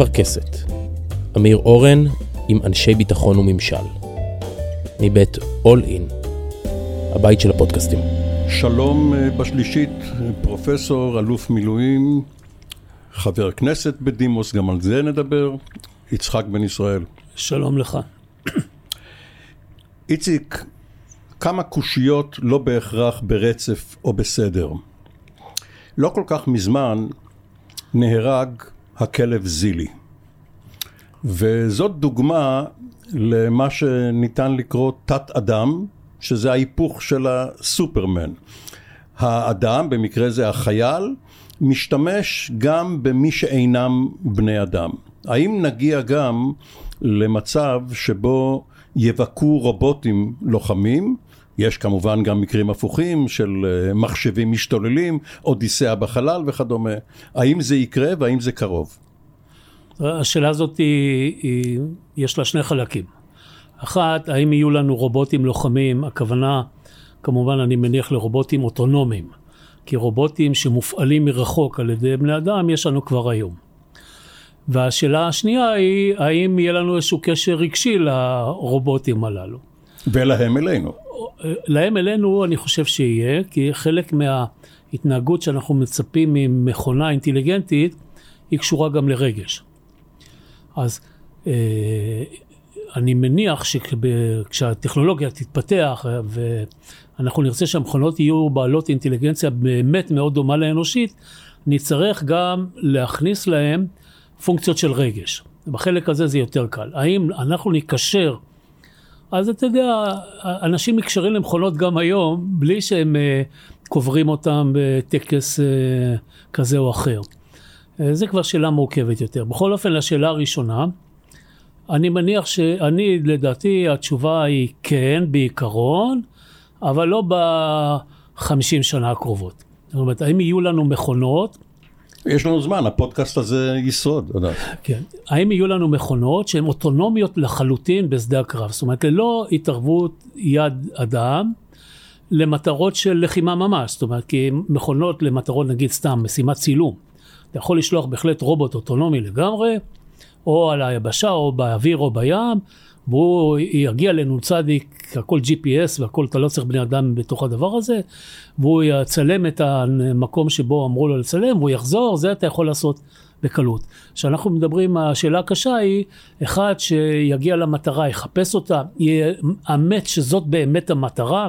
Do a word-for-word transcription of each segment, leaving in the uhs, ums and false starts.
אפרכסת. אמיר אורן עם אנשי ביטחון וממשל. מבית All In, הבית של הפודקאסטים. שלום בשלישית, פרופסור, אלוף מילואים, חבר כנסת בדימוס, גם על זה נדבר, יצחק בן ישראל. שלום לך. איציק, כמה קושיות לא בהכרח ברצף או בסדר. לא כל כך מזמן נהרג הכלב זילי. וזאת דוגמה למה שניתן לקרוא תת אדם, שזה ההיפוך של הסופרמן. האדם, במקרה זה החייל, משתמש גם במי שאינם בני אדם. האם נגיע גם למצב שבו יבקו רובוטים לוחמים? יש כמובן גם מקרים הפוכים של מחשבים משתוללים, אודיסאה בחלל וכדומה. האם זה יקרה והאם זה קרוב? השאלה הזאת היא, היא, יש לה שני חלקים. אחת, האם יהיו לנו רובוטים לוחמים? הכוונה, כמובן אני מניח לרובוטים אוטונומיים. כי רובוטים שמופעלים מרחוק על ידי בני אדם יש לנו כבר היום. והשאלה השנייה היא, האם יהיה לנו איזשהו קשר רגשי לרובוטים הללו? ולהם אלינו. להם אלינו אני חושב שיהיה, כי חלק מההתנהגות שאנחנו מצפים ממכונה אינטליגנטית, היא קשורה גם לרגש. אז אה, אני מניח שכשהטכנולוגיה תתפתח, ואנחנו נרצה שהמכונות יהיו בעלות אינטליגנציה באמת מאוד דומה לאנושית, נצטרך גם להכניס להם פונקציות של רגש. בחלק הזה זה יותר קל. האם אנחנו נקשר, אז אתה יודע, אנשים מקשרים למכונות גם היום, בלי שהם uh, קוברים אותם בטקס uh, כזה או אחר. Uh, זה כבר שאלה מורכבת יותר. בכל אופן, לשאלה הראשונה, אני מניח שאני, לדעתי, התשובה היא כן, בעיקרון, אבל לא ב-חמישים שנה הקרובות. זאת אומרת, האם יהיו לנו מכונות, יש לנו זמן, הפודקאסט הזה ישרוד. כן. האם יהיו לנו מכונות שהן אוטונומיות לחלוטין בשדה הקרב? זאת אומרת, ללא התערבות יד אדם למטרות של לחימה ממש. זאת אומרת, כי מכונות למטרות, נגיד סתם, משימת צילום. אתה יכול לשלוח בהחלט רובוט אוטונומי לגמרי, או על היבשה, או באוויר, או בים, והוא יגיע לנ"צ, הכל ג'י פי אס והכל, אתה לא צריך בני אדם בתוך הדבר הזה, והוא יצלם את המקום שבו אמרו לו לצלם, והוא יחזור, זה אתה יכול לעשות בקלות. כשאנחנו מדברים, השאלה הקשה היא, אחד שיגיע למטרה, יחפש אותה, יאמת שזאת באמת המטרה,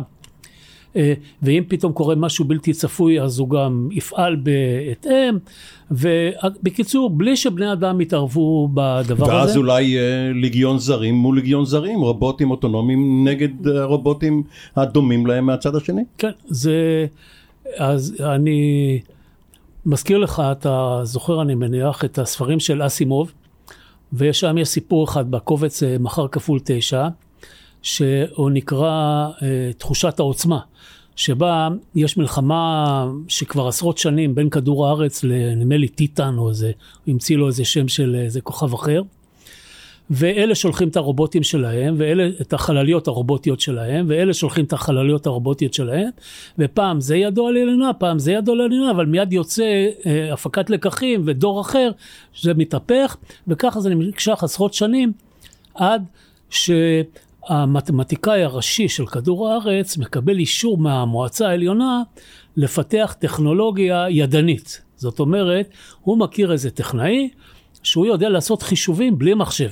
ואם פתאום קורה משהו בלתי צפוי, אז הוא גם יפעל בהתאם, ובקיצור, בלי שבני אדם יתערבו בדבר ואז הזה. ואז אולי לגיון זרים מול לגיון זרים, רובוטים אוטונומיים נגד רובוטים הדומים להם מהצד השני? כן, זה, אז אני מזכיר לך, אתה זוכר אני מניח, את הספרים של אסימוב, ושם יש סיפור אחד בקובץ מחר כפול תשע, שהוא נקרא תחושת העוצמה, שבה יש מלחמה שכבר עשרות שנים בין כדור הארץ לנדמה לי טיטן, או איזה, המציא לו איזה שם של איזה כוכב אחר, ואלה שולחים את הרובוטים שלהם, ואלה את החלליות הרובוטיות שלהם, ואלה שולחים את החלליות הרובוטיות שלהם, ופעם זה ידו על עליונה, פעם זה ידו על עליונה, אבל מיד יוצא אה, הפקת לקחים ודור אחר, שזה מתהפך, וככה זה נמשך עשרות שנים, עד ש... המתמטיקאי הראשי של כדור הארץ מקבל אישור מהמועצה העליונה לפתח טכנולוגיה ידנית. זאת אומרת, הוא מכיר איזה טכנאי שהוא יודע לעשות חישובים בלי מחשב.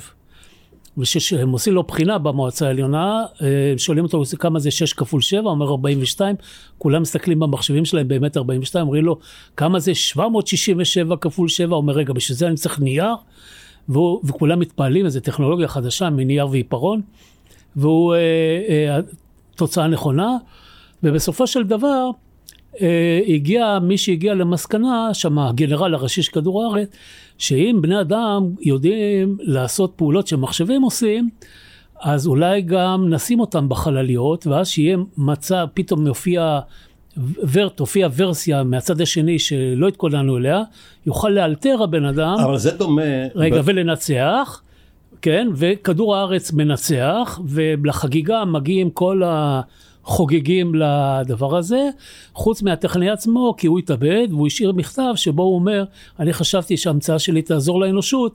ושהם עושים לו בחינה במועצה העליונה, שואלים אותו כמה זה שש כפול שבע, אומר ארבעים ושתיים, כולם מסתכלים במחשבים שלהם באמת ארבעים ושתיים, אומרים לו כמה זה שבע מאות שישים ושבע כפול שבע, אומר רגע בשביל זה אני צריך נייר, והוא, וכולם מתפעלים, איזו טכנולוגיה חדשה מנייר ועיפרון, והוא אה, אה, תוצאה נכונה, ובסופו של דבר אה, הגיע, מי שהגיע למסקנה, שם הגנרל הראשי של כדור הארץ, שאם בני אדם יודעים לעשות פעולות שמחשבים עושים, אז אולי גם נשים אותם בחלליות, ואז שיהיה מצב, פתאום יופיע, תופיע ורסיה מהצד השני שלא התכוננו אליה, יוכל לאלתר הבן אדם, אבל זה דומה, רגע, ב... ולנצח, כן, וכדור הארץ מנצח, ולחגיגה מגיעים כל החוגגים לדבר הזה, חוץ מהטכנאי עצמו, כי הוא התאבד, והוא השאיר מכתב שבו הוא אומר, אני חשבתי שההמצאה שלי תעזור לאנושות,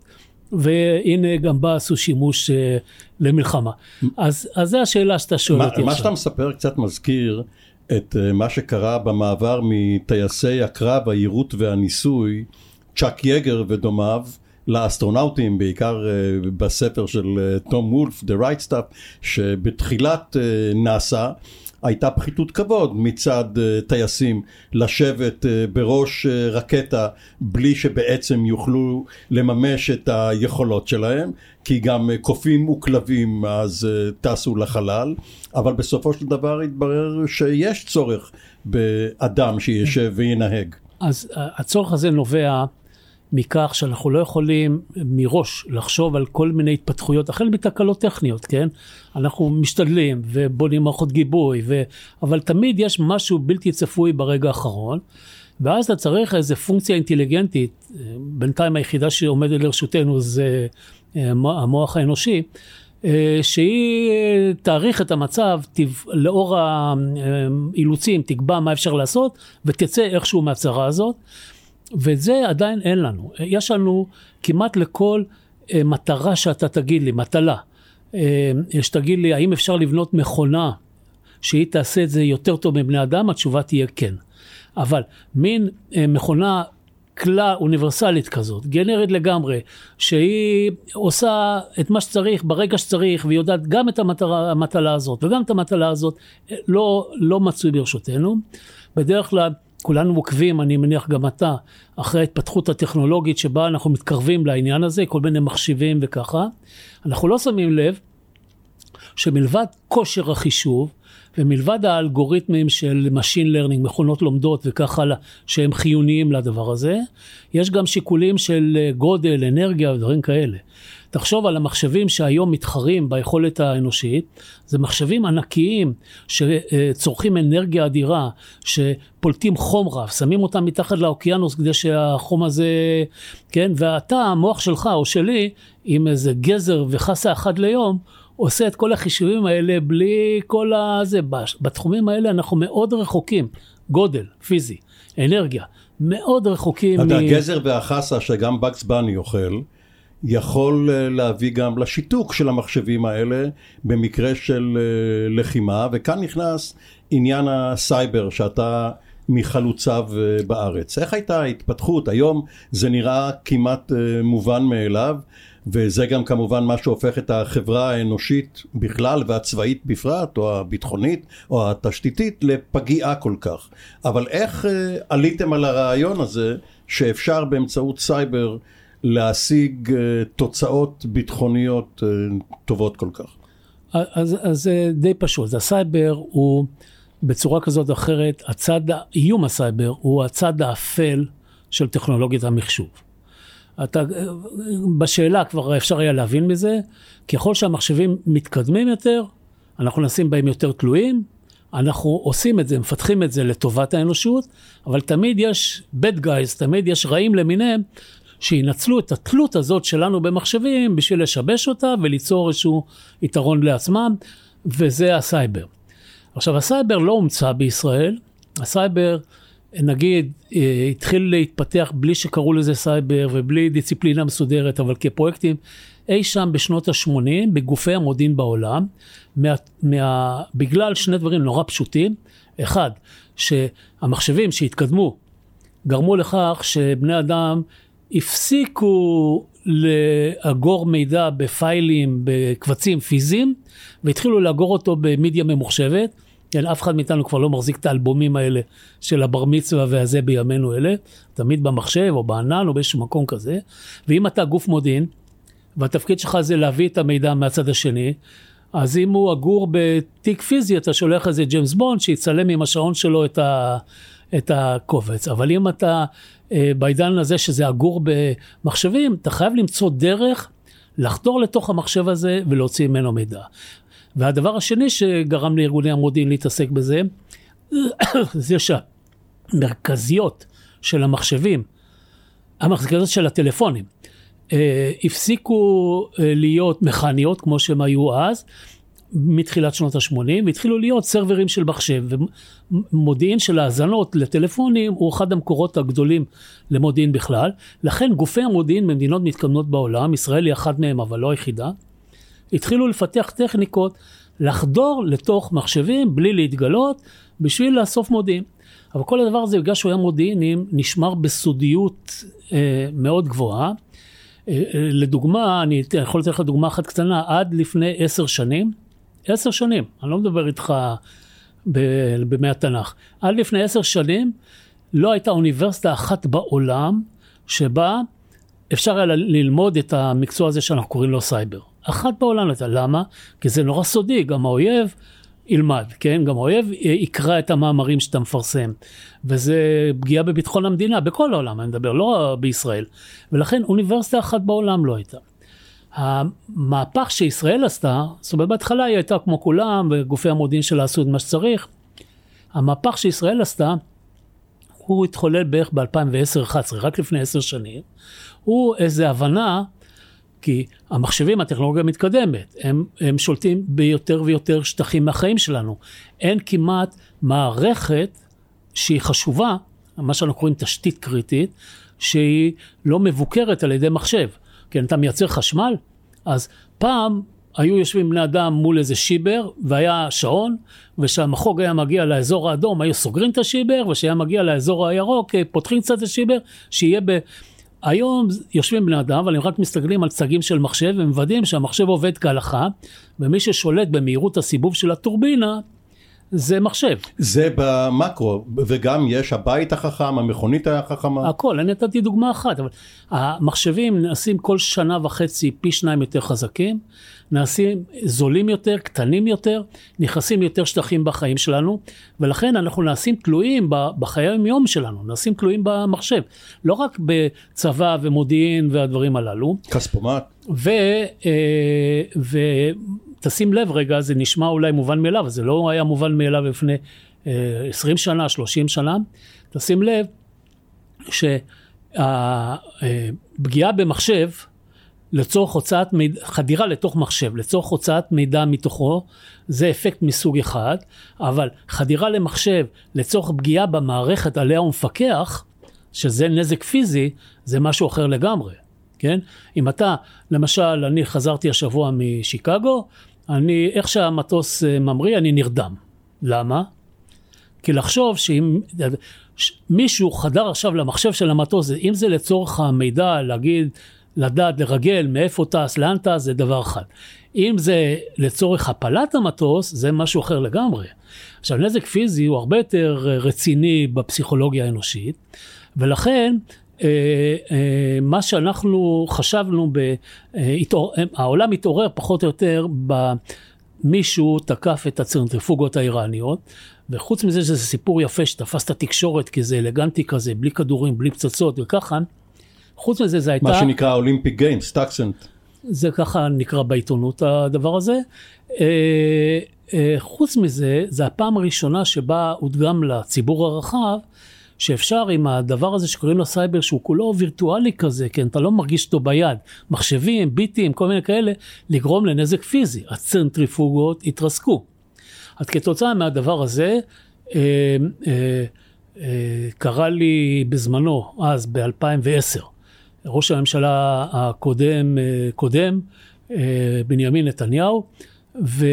והנה גם בה עשו שימוש למלחמה. אז, אז זה השאלה שאתה שואל אותי עכשיו. מה שאתה מספר קצת מזכיר את מה שקרה במעבר מטייסי הקרב, היירוט והניסוי, צ'אק יגר ודומיו, לאסטרונאוטים, בעיקר בספר של תום וולף, The Right Stuff, שבתחילת נאסא הייתה פחיתות כבוד מצד טייסים לשבת בראש רקטה בלי שבעצם יוכלו לממש את היכולות שלהם, כי גם קופים וכלבים אז טסו לחלל, אבל בסופו של דבר התברר שיש צורך באדם שישב וינהג. אז הצורך הזה נובע מכך שאנחנו לא יכולים מראש לחשוב על כל מיני התפתחויות, החל מתקלות טכניות, כן? אנחנו משתדלים ובונים מערכות גיבוי, ו... אבל תמיד יש משהו בלתי צפוי ברגע האחרון, ואז אתה צריך איזו פונקציה אינטליגנטית, בינתיים היחידה שעומדת לרשותנו זה המוח האנושי, שהיא תאריך את המצב, לאור האילוצים, תקבע מה אפשר לעשות, ותצא איכשהו מהצרה הזאת, וזה עדיין אין לנו. יש לנו כמעט לכל אה, מטרה שאתה תגיד לי, מטלה. אה, שתגיד לי, האם אפשר לבנות מכונה שהיא תעשה את זה יותר טוב מבני אדם? התשובה תהיה כן. אבל מין אה, מכונה כלל אוניברסלית כזאת, גנרית לגמרי, שהיא עושה את מה שצריך ברגע שצריך, והיא יודעת גם את המטרה, המטלה הזאת וגם את המטלה הזאת, לא, לא מצוי ברשותנו. בדרך כלל, כולנו מוקבים, אני מניח גם אתה, אחרי ההתפתחות הטכנולוגית שבה אנחנו מתקרבים לעניין הזה, כל מיני מחשיבים וככה. אנחנו לא שמים לב שמלבד כושר החישוב, ומלבד האלגוריתמים של Machine Learning, מכונות לומדות וכך הלאה, שהם חיוניים לדבר הזה, יש גם שיקולים של גודל, אנרגיה ודברים כאלה. תחשוב על המחשבים שהיום מתחרים ביכולת האנושית, זה מחשבים ענקיים שצורכים אנרגיה אדירה, שפולטים חום רב, שמים אותם מתחת לאוקיינוס כדי שהחום הזה, כן, ואתה, המוח שלך או שלי, עם איזה גזר וחסה אחד ליום, עושה את כל החישובים האלה בלי כל הזה. בתחומים האלה אנחנו מאוד רחוקים, גודל, פיזי, אנרגיה, מאוד רחוקים. אתה הגזר והחסה שגם בקס בני אוכל, יכול להביא גם לשיתוק של המחשבים האלה במקרה של לחימה, וכאן נכנס עניין הסייבר שאתה מחלוציו בארץ. איך הייתה ההתפתחות? היום זה נראה כמעט מובן מאליו, וזה גם כמובן מה שהופך את החברה האנושית בכלל והצבאית בפרט, או הביטחונית או התשתיתית, לפגיעה כל כך. אבל איך עליתם על הרעיון הזה שאפשר באמצעות סייבר להשיג תוצאות ביטחוניות טובות כל כך? אז, אז זה די פשוט. הסייבר הוא בצורה כזאת או אחרת, הצד, איום הסייבר הוא הצד האפל של טכנולוגיית המחשוב. אתה, בשאלה כבר אפשר היה להבין מזה, ככל שהמחשבים מתקדמים יותר, אנחנו נשים בהם יותר תלויים, אנחנו עושים את זה, מפתחים את זה לטובת האנושות, אבל תמיד יש bad guys, תמיד יש רעים למיניהם, שינצלו את התלות הזאת שלנו במחשבים, בשביל לשבש אותה וליצור איזשהו יתרון לעצמם, וזה הסייבר. עכשיו, הסייבר לא הומצא בישראל, הסייבר, נגיד, התחיל להתפתח בלי שקראו לזה סייבר, ובלי דיציפלינה מסודרת, אבל כפרויקטים, אי שם בשנות ה-שמונים, בגופי המודיעין בעולם, מה, מה, בגלל שני דברים נורא פשוטים. אחד, שהמחשבים שהתקדמו, גרמו לכך שבני אדם הפסיקו לאגור מידע בפיילים, בקבצים פיזיים, והתחילו לאגור אותו במדיה ממוחשבת. כן, אף אחד מאיתנו כבר לא מחזיק את האלבומים האלה של הבר מצווה והזה בימינו אלה, תמיד במחשב או בענן או באיזשהו מקום כזה. ואם אתה גוף מודיעין, והתפקיד שלך זה להביא את המידע מהצד השני, אז אם הוא אגור בתיק פיזי, אתה שולח איזה ג'יימס בונד שיצלם עם השעון שלו את, ה, את הקובץ. אבל אם אתה בעידן הזה שזה אגור במחשבים, אתה חייב למצוא דרך לחדור לתוך המחשב הזה ולהוציא ממנו מידע. והדבר השני שגרם לארגוני המודיעין להתעסק בזה, זה שהמרכזיות של המחשבים, המרכזיות של הטלפונים, הפסיקו להיות מכניות כמו שהם היו אז, מתחילת שנות ה-שמונים, והתחילו להיות סרברים של מחשב, ומודיעין של האזנות לטלפונים הוא אחד המקורות הגדולים למודיעין בכלל, לכן גופי המודיעין במדינות מתקדמות בעולם, ישראל היא אחת מהם אבל לא היחידה, התחילו לפתח טכניקות לחדור לתוך מחשבים בלי להתגלות, בשביל לאסוף מודיעין. אבל כל הדבר הזה, בגלל שהוא היה מודיעינים, נשמר בסודיות אה, מאוד גבוהה. אה, לדוגמה, אני יכול לתת לך דוגמה אחת קטנה, עד לפני עשר שנים, עשר שנים, אני לא מדבר איתך במי התנ"ך, עד לפני עשר שנים, לא הייתה אוניברסיטה אחת בעולם, שבה אפשר היה ללמוד את המקצוע הזה שאנחנו קוראים לו סייבר. אחת בעולם הייתה, למה? כי זה נורא סודי, גם האויב ילמד, כן? גם האויב יקרא את המאמרים שאתה מפרסם, וזה פגיעה בביטחון המדינה, בכל העולם, אני מדבר, לא בישראל. ולכן אוניברסיטה אחת בעולם לא הייתה. המהפך שישראל עשתה, זאת אומרת, בהתחלה היא הייתה כמו כולם, וגופי המודיעין שלה עשו את מה שצריך. המהפך שישראל עשתה, הוא התחולל בערך ב-אלפיים ועשר אחת עשרה, רק לפני עשר שנים, הוא איזו הבנה, כי המחשבים, הטכנולוגיה מתקדמת, הם, הם שולטים ביותר ויותר שטחים מהחיים שלנו. אין כמעט מערכת שהיא חשובה, מה שאנחנו קוראים תשתית קריטית, שהיא לא מבוקרת על ידי מחשב. כן, אתה מייצר חשמל, אז פעם היו יושבים בני אדם מול איזה שיבר, והיה שעון, ושהמחוג היה מגיע לאזור האדום, היו סוגרים את השיבר, ושהיה מגיע לאזור הירוק, פותחים קצת את השיבר, שיהיה ב... היום יושבים בני אדם, אבל הם רק מסתכלים על צגים של מחשב, ומוודאים שהמחשב עובד כהלכה, ומי ששולט במהירות הסיבוב של הטורבינה, זה מחשב. זה במקרו, וגם יש הבית החכם, המכונית החכמה. הכל, אני נתתי דוגמה אחת, אבל המחשבים נעשים כל שנה וחצי פי שניים יותר חזקים, נעשים זולים יותר, קטנים יותר, נכנסים יותר שטחים בחיים שלנו, ולכן אנחנו נעשים תלויים בחיי היום שלנו, נעשים תלויים במחשב, לא רק בצבא ומודיעין והדברים הללו. כספומט. ו... ו... תשים לב רגע, זה נשמע אולי מובן מאליו, זה לא היה מובן מאליו לפני עשרים שנה, שלושים שנה, תשים לב שהפגיעה במחשב, לצורך הוצאת מידע, חדירה לתוך מחשב, לצורך הוצאת מידע מתוכו, זה אפקט מסוג אחד, אבל חדירה למחשב, לצורך פגיעה במערכת עליה הוא מפקח, שזה נזק פיזי, זה משהו אחר לגמרי. כן? אם אתה, למשל, אני חזרתי השבוע משיקגו, אני, איך שהמטוס ממריא, אני נרדם. למה? כי לחשוב שאם מישהו חדר עכשיו למחשב של המטוס, אם זה לצורך המידע, להגיד, לדעת, לרגל, מאיפה טס, לאן טס, זה דבר אחד. אם זה לצורך הפלת המטוס, זה משהו אחר לגמרי. עכשיו, נזק פיזי הוא הרבה יותר רציני בפסיכולוגיה האנושית, ולכן, Uh, uh, מה שאנחנו חשבנו, ב, uh, התעור, העולם התעורר פחות או יותר במישהו תקף את הצנטריפוגות האיראניות, וחוץ מזה שזה סיפור יפה שתפס את התקשורת כי זה אלגנטי כזה, בלי כדורים, בלי פצצות וככה, חוץ מזה זה הייתה... מה שנקרא אולימפיק גיימס, סטאקסנט. זה ככה נקרא בעיתונות הדבר הזה. Uh, uh, חוץ מזה, זה הפעם הראשונה שבה הודגם לציבור הרחב, שאפשר עם הדבר הזה שקוראים לו סייבר, שהוא כולו וירטואלי כזה, כן, אתה לא מרגיש אותו ביד, מחשבים, ביטים, כל מיני כאלה, לגרום לנזק פיזי. הצנטריפוגות התרסקו. אז כתוצאה מהדבר הזה, אה, אה, אה, קרה לי בזמנו, אז ב-אלפיים ועשר, ראש הממשלה הקודם, אה, קודם, אה, בנימין נתניהו, ו,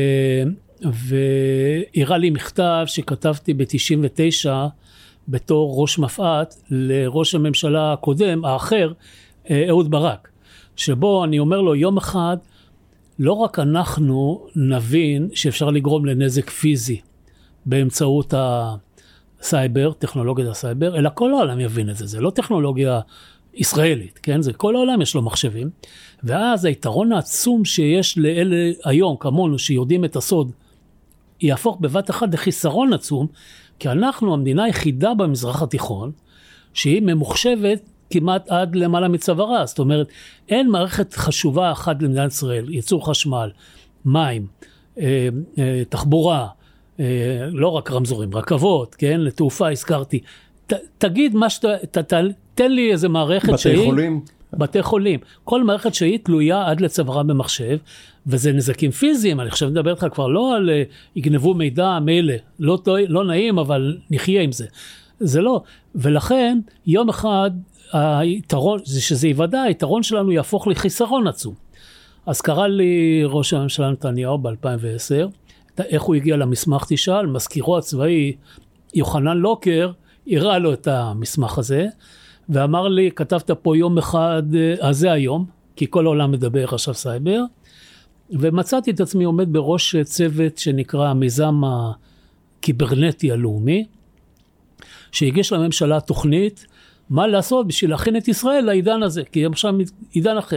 והראה לי מכתב שכתבתי ב-תשעים ותשע, בתור ראש מפעת לראש הממשלה הקודם, האחר, אהוד ברק, שבו אני אומר לו יום אחד, לא רק אנחנו נבין שאפשר לגרום לנזק פיזי באמצעות הסייבר, טכנולוגיית הסייבר, אלא כל העולם יבין את זה, זה לא טכנולוגיה ישראלית, כן? זה כל העולם יש לו מחשבים, ואז היתרון העצום שיש לאלה היום, כמונו, שיודעים את הסוד, יהפוך בבת אחת לחיסרון עצום, כי אנחנו המדינה היחידה במזרח התיכון, שהיא ממוחשבת כמעט עד למעלה מצווארה, זאת אומרת, אין מערכת חשובה אחת למדינת ישראל, ייצור חשמל, מים, אה, אה, תחבורה, אה, לא רק רמזורים, רכבות, כן, לתעופה הזכרתי, ת, תגיד מה שאתה, ת, ת, תן לי איזה מערכת בתי שהיא... בתי חולים? בתי חולים, כל מערכת שהיא תלויה עד לצווארה במחשב, וזה נזקים פיזיים, אני חושב לדבר איתך כבר לא על יגנבו מידע מילא, לא, לא נעים, אבל נחיה עם זה. זה לא, ולכן יום אחד היתרון, זה שזה יוודע, היתרון שלנו יהפוך לחיסרון עצום. אז קרא לי ראש הממשלה נתניהו ב-אלפיים ועשר, איך הוא הגיע למסמך תשאל, מזכירו הצבאי יוחנן לוקר, הראה לו את המסמך הזה, ואמר לי, כתבת פה יום אחד, אז זה היום, כי כל העולם מדבר עכשיו סייבר, ומצאתי את עצמי עומד בראש צוות שנקרא המיזם הקיברנטי הלאומי, שהגיש לממשלה תוכנית, מה לעשות בשביל להכין את ישראל לעידן הזה, כי עכשיו עידן אחר.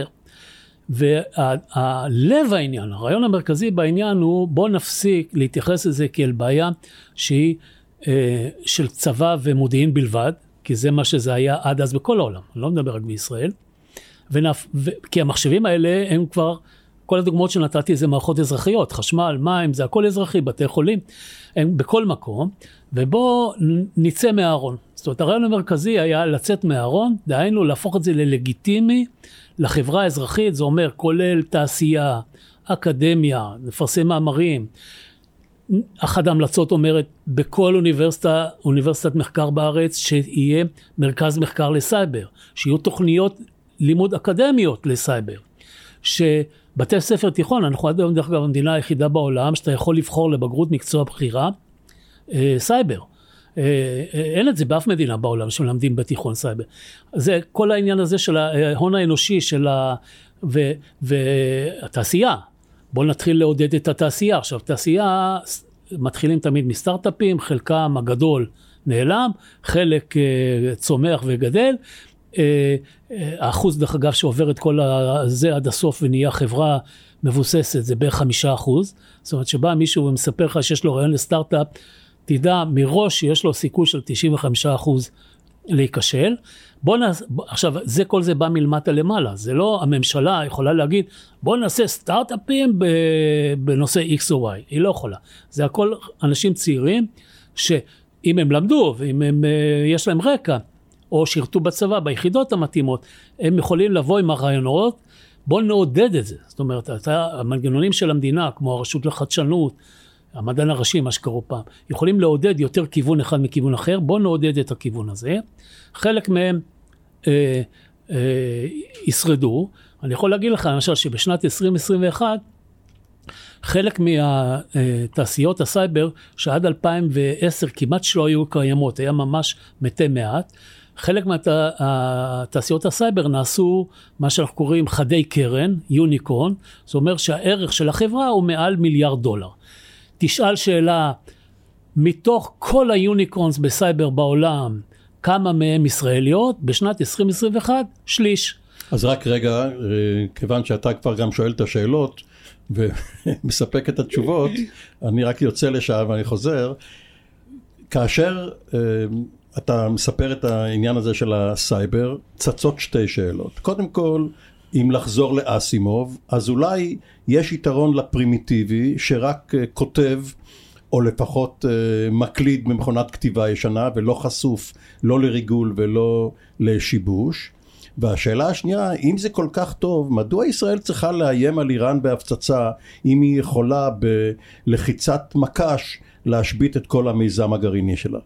והלב העניין, הרעיון המרכזי בעניין הוא, בוא נפסיק להתייחס לזה כאל בעיה שהיא אה, של צבא ומודיעין בלבד, כי זה מה שזה היה עד אז בכל העולם, אני לא מדבר רק בישראל, ונפ... ו... כי המחשבים האלה הם כבר, כל הדוגמאות שנתתי זה מערכות אזרחיות, חשמל, מים, זה הכל אזרחי, בתי חולים, הם בכל מקום, ובוא נצא מהארון. זאת אומרת, הרעיון המרכזי היה לצאת מהארון, דהיינו להפוך את זה ללגיטימי, לחברה האזרחית, זה אומר כולל תעשייה, אקדמיה, לפרסם מאמרים. אחת ההמלצות אומרת, בכל אוניברסיטה, אוניברסיטת מחקר בארץ, שיהיה מרכז מחקר לסייבר, שיהיו תוכניות לימוד אקדמיות לסייבר, שבתי ספר תיכון, אנחנו עד היום דרך אגב המדינה היחידה בעולם, שאתה יכול לבחור לבגרות מקצוע בחירה, אה, סייבר. אין את זה באף מדינה בעולם שמלמדים בתיכון סייבר. זה כל העניין הזה של ההון האנושי של ה... ו... והתעשייה. בואו נתחיל לעודד את התעשייה. עכשיו, תעשייה מתחילים תמיד מסטארט-אפים, חלקם הגדול נעלם, חלק צומח וגדל. האחוז דרך אגב שעובר את כל הזה עד הסוף ונהיה חברה מבוססת, זה בערך חמישה אחוז. זאת אומרת שבא מישהו ומספר לך שיש לו רעיון לסטארט-אפ, תדע מראש שיש לו סיכוי של תשעים וחמישה אחוז להיכשל. בוא נעשה, עכשיו, זה כל זה בא מלמטה למעלה. זה לא הממשלה יכולה להגיד, בוא נעשה סטארט-אפים בנושא X או Y. היא לא יכולה. זה הכל אנשים צעירים, שאם הם למדו, ואם הם, יש להם רקע, או שירתו בצבא, ביחידות המתאימות, הם יכולים לבוא עם הרעיונות, בוא נעודד את זה. זאת אומרת, המנגנונים של המדינה, כמו הרשות לחדשנות, המדען הראשי, מה שקראו פעם, יכולים לעודד יותר כיוון אחד מכיוון אחר, בואו נעודד את הכיוון הזה. חלק מהם אה, אה, ישרדו. אני יכול להגיד לך, למשל, שבשנת עשרים עשרים ואחת, חלק מהתעשיות הסייבר, שעד אלפיים ועשר כמעט שלא היו קיימות, היה ממש מתי מעט, חלק מהתעשיות הסייבר נעשו מה שאנחנו קוראים חדי קרן, יוניקורן, זאת אומרת שהערך של החברה הוא מעל מיליארד דולר. תשאל שאלה, מתוך כל היוניקורנס בסייבר בעולם, כמה מהם ישראליות? בשנת עשרים עשרים ואחת, שליש. אז רק רגע, כיוון שאתה כבר גם שואל את השאלות, ומספק את התשובות, אני רק יוצא לשעה ואני חוזר. כאשר אתה מספר את העניין הזה של הסייבר, צצות שתי שאלות. קודם כל, אם לחזור לאסימוב, אז אולי יש יתרון לפרימיטיבי שרק כותב, או לפחות מקליד במכונת כתיבה ישנה, ולא חשוף, לא לריגול ולא לשיבוש. והשאלה השנייה, אם זה כל כך טוב, מדוע ישראל צריכה לאיים על איראן בהפצצה, אם היא יכולה בלחיצת מקש להשבית את כל המיזם הגרעיני שלה?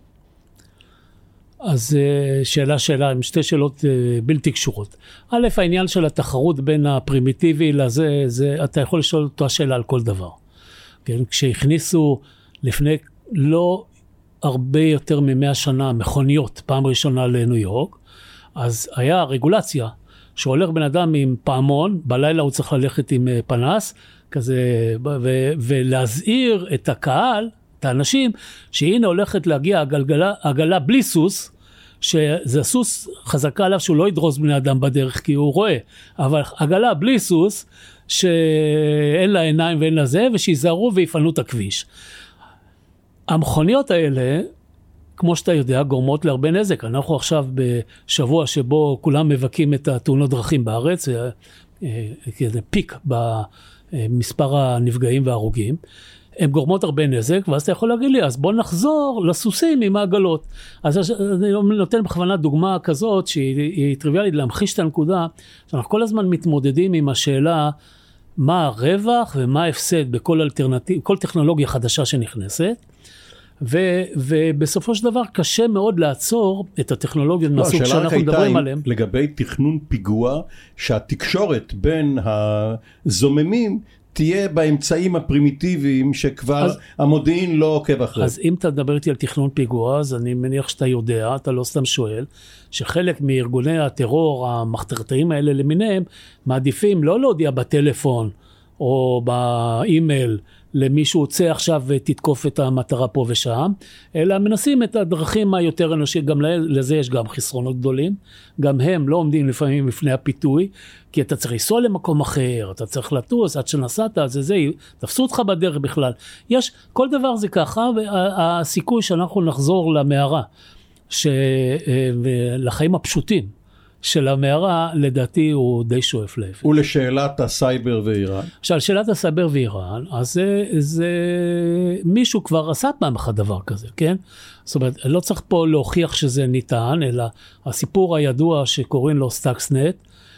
אז שאלה, שאלה, עם שתי שאלות בלתי קשורות. א', העניין של התחרות בין הפרימיטיבי לזה, זה, אתה יכול לשאול אותו השאלה על כל דבר. כן? כשהכניסו לפני לא הרבה יותר ממאה שנה מכוניות, פעם ראשונה לניו יורק, אז היה רגולציה, שהולך בן אדם עם פעמון, בלילה הוא צריך ללכת עם פנס, כזה, ו- ולהזהיר את הקהל, את האנשים, שהנה הולכת להגיע הגלגלה, הגלה בלי סוס, שזה סוס חזקה עליו שהוא לא ידרוס בני אדם בדרך, כי הוא רואה, אבל הגלה בלי סוס, שאין לה עיניים ואין לה זה, ושיזהרו ויפנו את הכביש. המכוניות האלה, כמו שאתה יודע, גורמות להרבה נזק. אנחנו עכשיו בשבוע שבו כולם מבקים את התאונות דרכים בארץ, זה פיק במספר הנפגעים וההרוגים. הן גורמות הרבה נזק, ואז אתה יכול להגיד לי, אז בוא נחזור לסוסים עם העגלות. אז אני נותן בכוונה דוגמה כזאת, שהיא טריוויאלית להמחיש את הנקודה, שאנחנו כל הזמן מתמודדים עם השאלה, מה הרווח ומה ההפסד בכל אלטרנטיב, כל טכנולוגיה חדשה שנכנסת, ו, ובסופו של דבר קשה מאוד לעצור את הטכנולוגיות לא, מהסוג שאנחנו מדברים עליהם. לגבי תכנון פיגוע, שהתקשורת בין הזוממים תהיה באמצעים הפרימיטיביים שכבר אז, המודיעין לא עוקב אחרי. אז אם אתה מדבר איתי על תכנון פיגוע, אז אני מניח שאתה יודע, אתה לא סתם שואל, שחלק מארגוני הטרור המחתרתיים האלה למיניהם, מעדיפים לא להודיע בטלפון או באימייל, למי שהוצא עכשיו ותתקוף את המטרה פה ושם, אלא מנסים את הדרכים היותר אנושיים, גם לזה יש גם חסרונות גדולים, גם הם לא עומדים לפעמים לפני הפיתוי, כי אתה צריך לנסוע למקום אחר, אתה צריך לטוס, עד שנסעת, זה זה, תפסו אותך בדרך בכלל. יש, כל דבר זה ככה, והסיכוי שאנחנו נחזור למערה, לחיים הפשוטים, של המערה, לדעתי, הוא די שואף לאפס. ולשאלת הסייבר ואיראן? עכשיו, שאלת הסייבר ואיראן, אז זה, זה, מישהו כבר עשה פעם אחת דבר כזה, כן? זאת אומרת, לא צריך פה להוכיח שזה ניתן, אלא הסיפור הידוע שקוראים לו סטאקסנט,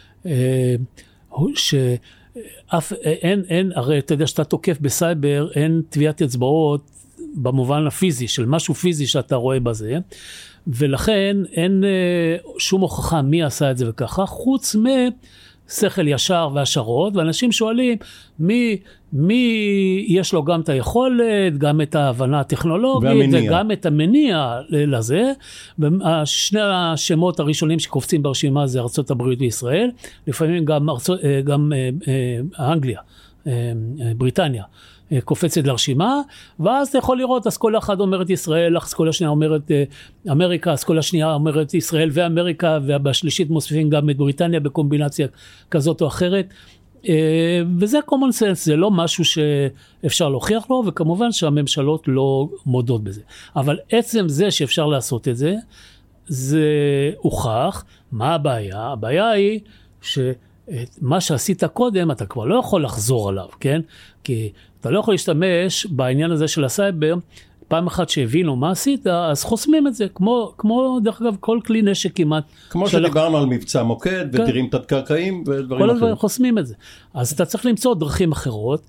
שאף, אין, אין, הרי אתה יודע שאתה תוקף בסייבר, אין טביעת אצבעות במובן הפיזי, של משהו פיזי שאתה רואה בזה, ולכן אין שום הוכחה מי עשה את זה וככה, חוץ משכל ישר והשערות, ואנשים שואלים מי, מי יש לו גם את היכולת, גם את ההבנה הטכנולוגית, והמניע. וגם את המניע לזה, ושני השמות הראשונים שקופצים ברשימה זה ארצות הברית וישראל, לפעמים גם, ארצות, גם אנגליה, בריטניה. קופצת לרשימה, ואז אתה יכול לראות, אסכולה אחת אומרת ישראל, אסכולה שנייה אומרת אמריקה, אסכולה שנייה אומרת ישראל ואמריקה, ובשלישית מוסיפים גם את בריטניה בקומבינציה כזאת או אחרת, וזה common sense, זה לא משהו שאפשר להוכיח לו, וכמובן שהממשלות לא מודות בזה. אבל עצם זה שאפשר לעשות את זה, זה הוכח. מה הבעיה? הבעיה היא ש... את מה שעשית קודם, אתה כבר לא יכול לחזור עליו, כן? כי אתה לא יכול להשתמש בעניין הזה של הסייבר, פעם אחת שהבינו מה עשית, אז חוסמים את זה, כמו, כמו דרך אגב, כל כלי נשק כמעט. כמו של... שדיברנו על מבצע מוקד, כן. ודירים תת-קרקעיים ודברים אחרים. כל הדברים חוסמים את זה. אז אתה צריך למצוא דרכים אחרות.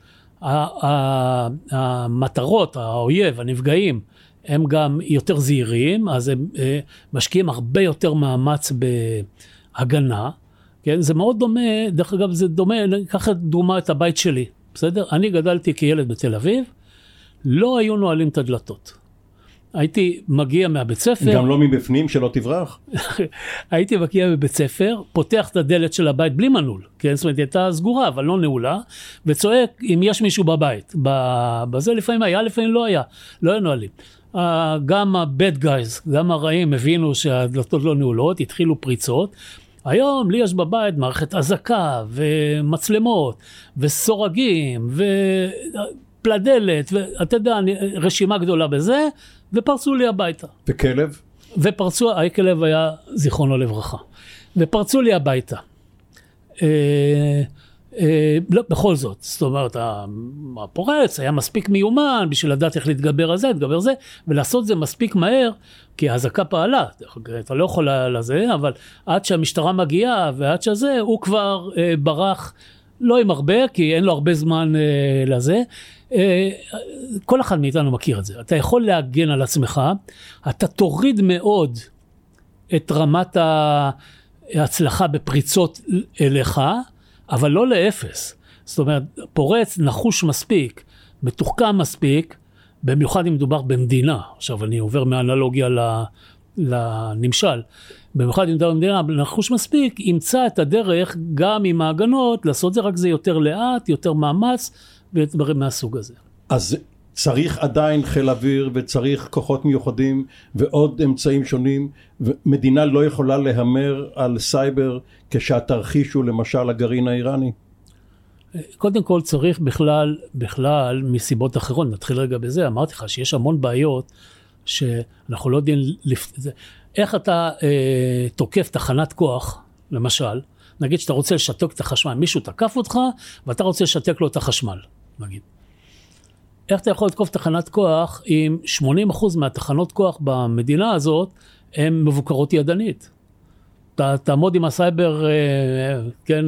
המטרות, האויב, הנפגעים, הם גם יותר זהירים, אז הם משקיעים הרבה יותר מאמץ בהגנה, כן, זה מאוד דומה, דרך אגב זה דומה, ככה דומה את הבית שלי, בסדר? אני גדלתי כילד בתל אביב, לא היו נועלים את הדלתות. הייתי מגיע מהבית ספר. גם לא מבפנים שלא תברח? הייתי מגיע מבית ספר, פותח את הדלת של הבית בלי מנעול, כן? זאת אומרת, הייתה סגורה, אבל לא נעולה, וצועק אם יש מישהו בבית. בזה לפעמים היה, לפעמים לא היה, לא היו נועלים. גם ה-bad guys, גם הרעים הבינו שהדלתות לא נעולות, התחילו פריצות, היום לי יש בבית מערכת אזעקה ומצלמות וסורגים ופלדלת ואתה יודע, רשימה גדולה בזה, ופרצו לי הביתה. וכלב? ופרצו, הכלב היה זיכרונו לברכה. ופרצו לי הביתה. אה, אה, לא, בכל זאת, זאת אומרת, הפורץ היה מספיק מיומן בשביל לדעת איך להתגבר על זה, להתגבר זה, ולעשות זה מספיק מהר, כי ההזקה פעלה, אתה לא יכול לזה, אבל עד שהמשטרה מגיעה, ועד שזה, הוא כבר אה, ברח, לא עם הרבה, כי אין לו הרבה זמן אה, לזה. אה, כל אחד מאיתנו מכיר את זה. אתה יכול להגן על עצמך, אתה תוריד מאוד את רמת ההצלחה בפריצות אליך, אבל לא לאפס. זאת אומרת, פורץ נחוש מספיק, מתוחכם מספיק, במיוחד אם מדובר במדינה. עכשיו אני עובר מאנלוגיה לנמשל. במיוחד אם מדובר במדינה, נחוש מספיק, ימצא את הדרך גם עם ההגנות, לעשות זה רק זה יותר לאט, יותר מאמץ, ודברים מהסוג הזה. אז צריך עדיין חיל אוויר, וצריך כוחות מיוחדים, ועוד אמצעים שונים, ומדינה לא יכולה להמר על סייבר, כשהתרחיש הוא למשל הגרעין האיראני? קודם כל צריך בכלל, בכלל מסיבות אחרות, נתחיל רגע בזה, אמרתי לך שיש המון בעיות, שאנחנו לא יודעים, לפ... איך אתה אה, תוקף תחנת כוח, למשל, נגיד שאתה רוצה לשתק את החשמל, מישהו תקף אותך, ואתה רוצה לשתק לו את החשמל, נגיד. איך אתה יכול לתקוף תחנת כוח אם שמונים אחוז מהתחנות כוח במדינה הזאת הן מבוקרות ידנית? אתה תעמוד עם הסייבר, כן,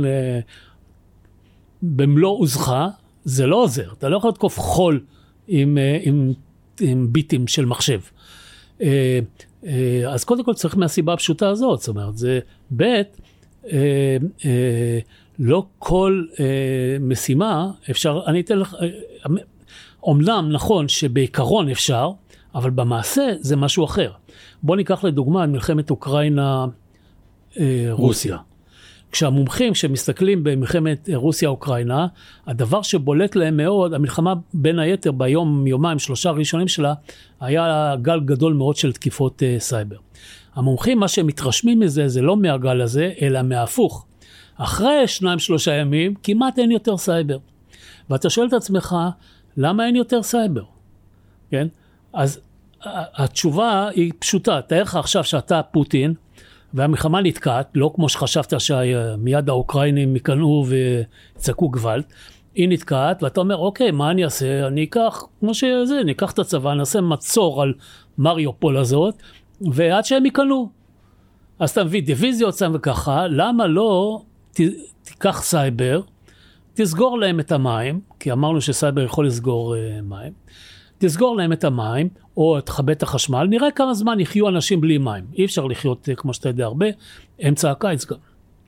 במלוא עוזך, זה לא עוזר. אתה לא יכול לתקוף חול עם, עם, עם ביטים של מחשב. אז קודם כל צריך מהסיבה הפשוטה הזאת, זאת אומרת, זה בית, לא כל משימה אפשר, אני אתן לך, אומנם נכון שבעיקרון אפשר, אבל במעשה זה משהו אחר. בוא ניקח לדוגמה את מלחמת אוקראינה, רוסיה. כשהמומחים שמסתכלים במלחמת רוסיה-אוקראינה, הדבר שבולט להם מאוד, המלחמה בין היתר ביום, יומיים, שלושה ראשונים שלה, היה גל גדול מאוד של תקיפות סייבר. המומחים, מה שהם מתרשמים מזה, זה לא מהגל הזה, אלא מההפוך. אחרי שניים, שלושה ימים, כמעט אין יותר סייבר. ואתה שואל את עצמך, למה אין יותר סייבר? כן? אז התשובה היא פשוטה. תאר לך עכשיו שאתה פוטין, והמלחמה נתקעת, לא כמו שחשבת שמיד האוקראינים יקנו ויצעקו גוואלד, היא נתקעת, ואתה אומר, אוקיי, מה אני אעשה? אני אקח, כמו שזה, אני אקח את הצבא, נעשה מצור על מריופול הזאת, ועד שהם יקנו. אז אתה מביא דיוויזיות שם וככה, למה לא ת, תיקח סייבר, תסגור להם את המים, כי אמרנו שסייבר יכול לסגור uh, מים, תסגור להם את המים, או תכבה את החשמל, נראה כמה זמן יחיו אנשים בלי מים. אי אפשר לחיות, כמו שאתה יודע, הרבה, אמצע הקיץ גם.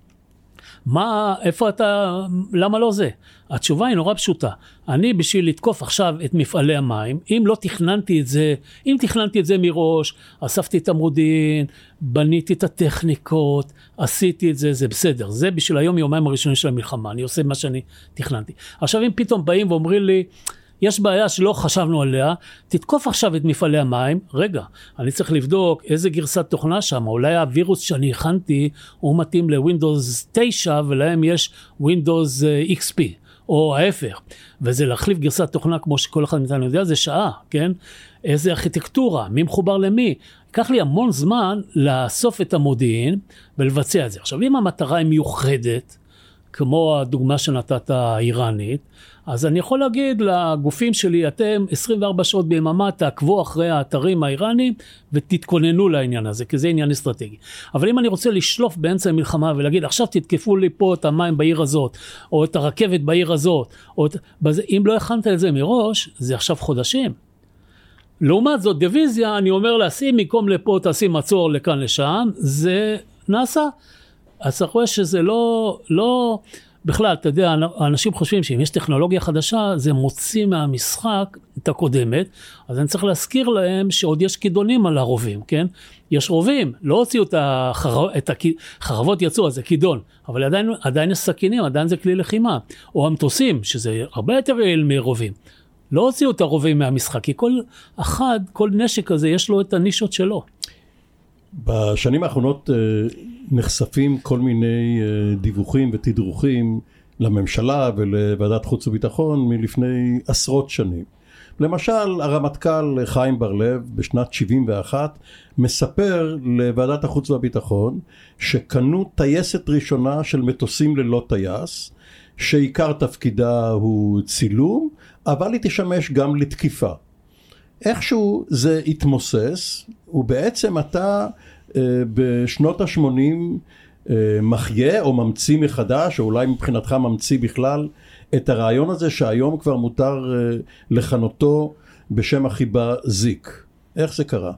מה, איפה אתה, למה לא זה? התשובה היא נורא פשוטה. אני בשביל לתקוף עכשיו את מפעלי המים, אם לא תכננתי את זה, אם תכננתי את זה מראש, אספתי את המודיעין, בניתי את הטכניקות, עשיתי את זה, זה בסדר. זה בשביל היום יומיים הראשונים של המלחמה, אני עושה מה שאני תכננתי. עכשיו אם פתאום באים ואומרים לי, יש בעיה שלא חשבנו עליה, תתקוף עכשיו את מפעלי המים, רגע, אני צריך לבדוק איזה גרסת תוכנה שם, אולי הווירוס שאני הכנתי, הוא מתאים לווינדוס תשע, ולהם יש ווינדוס אקס פי, או ההפך, וזה להחליף גרסת תוכנה, כמו שכל אחד מאיתנו יודע, זה שעה, כן? איזה ארכיטקטורה, מי מחובר למי, ייקח לי המון זמן לאסוף את המודיעין, ולבצע את זה. עכשיו, אם המטרה היא מיוחדת, כמו הדוגמה שנתת האיראנית, אז אני יכול להגיד לגופים שלי, אתם עשרים וארבע שעות ביממה, תעקבו אחרי האתרים האיראנים, ותתכוננו לעניין הזה, כי זה עניין אסטרטגי. אבל אם אני רוצה לשלוף באמצע המלחמה, ולהגיד, עכשיו תתקפו לי פה את המים בעיר הזאת, או את הרכבת בעיר הזאת, או את... אם לא הכנת את זה מראש, זה עכשיו חודשים. לעומת זאת, דיוויזיה, אני אומר לה, שים מקום לפה, תשים מצור לכאן לשם, זה נעשה. אז אתה רואה שזה לא, לא, בכלל, אתה יודע, האנשים חושבים שאם יש טכנולוגיה חדשה, זה מוציא מהמשחק את הקודמת, אז אני צריך להזכיר להם שעוד יש כידונים על הרובים, כן? יש רובים, לא הוציאו את החרב, את החרבות יצאו, אז זה כידון, אבל עדיין, עדיין יש סכינים, עדיין זה כלי לחימה, או המטוסים, שזה הרבה יותר יעיל מרובים. לא הוציאו את הרובים מהמשחק, כי כל אחד, כל נשק הזה, יש לו את הנישות שלו. בשנים האחרונות נחשפים כל מיני דיווחים ותדרוכים לממשלה ולוועדת חוץ וביטחון מלפני עשרות שנים. למשל, הרמטכ"ל חיים בר-לב בשנת שבעים ואחת מספר לוועדת החוץ והביטחון שקנו טייסת ראשונה של מטוסים ללא טייס, שעיקר תפקידה הוא צילום, אבל היא תשמש גם לתקיפה. איכשהו זה התמוסס, ובעצם אתה אה, בשנות ה-שמונים אה, מחיה או ממציא מחדש, או אולי מבחינתך ממציא בכלל, את הרעיון הזה שהיום כבר מותר אה, לכנותו בשם החיבה זיק. איך זה קרה?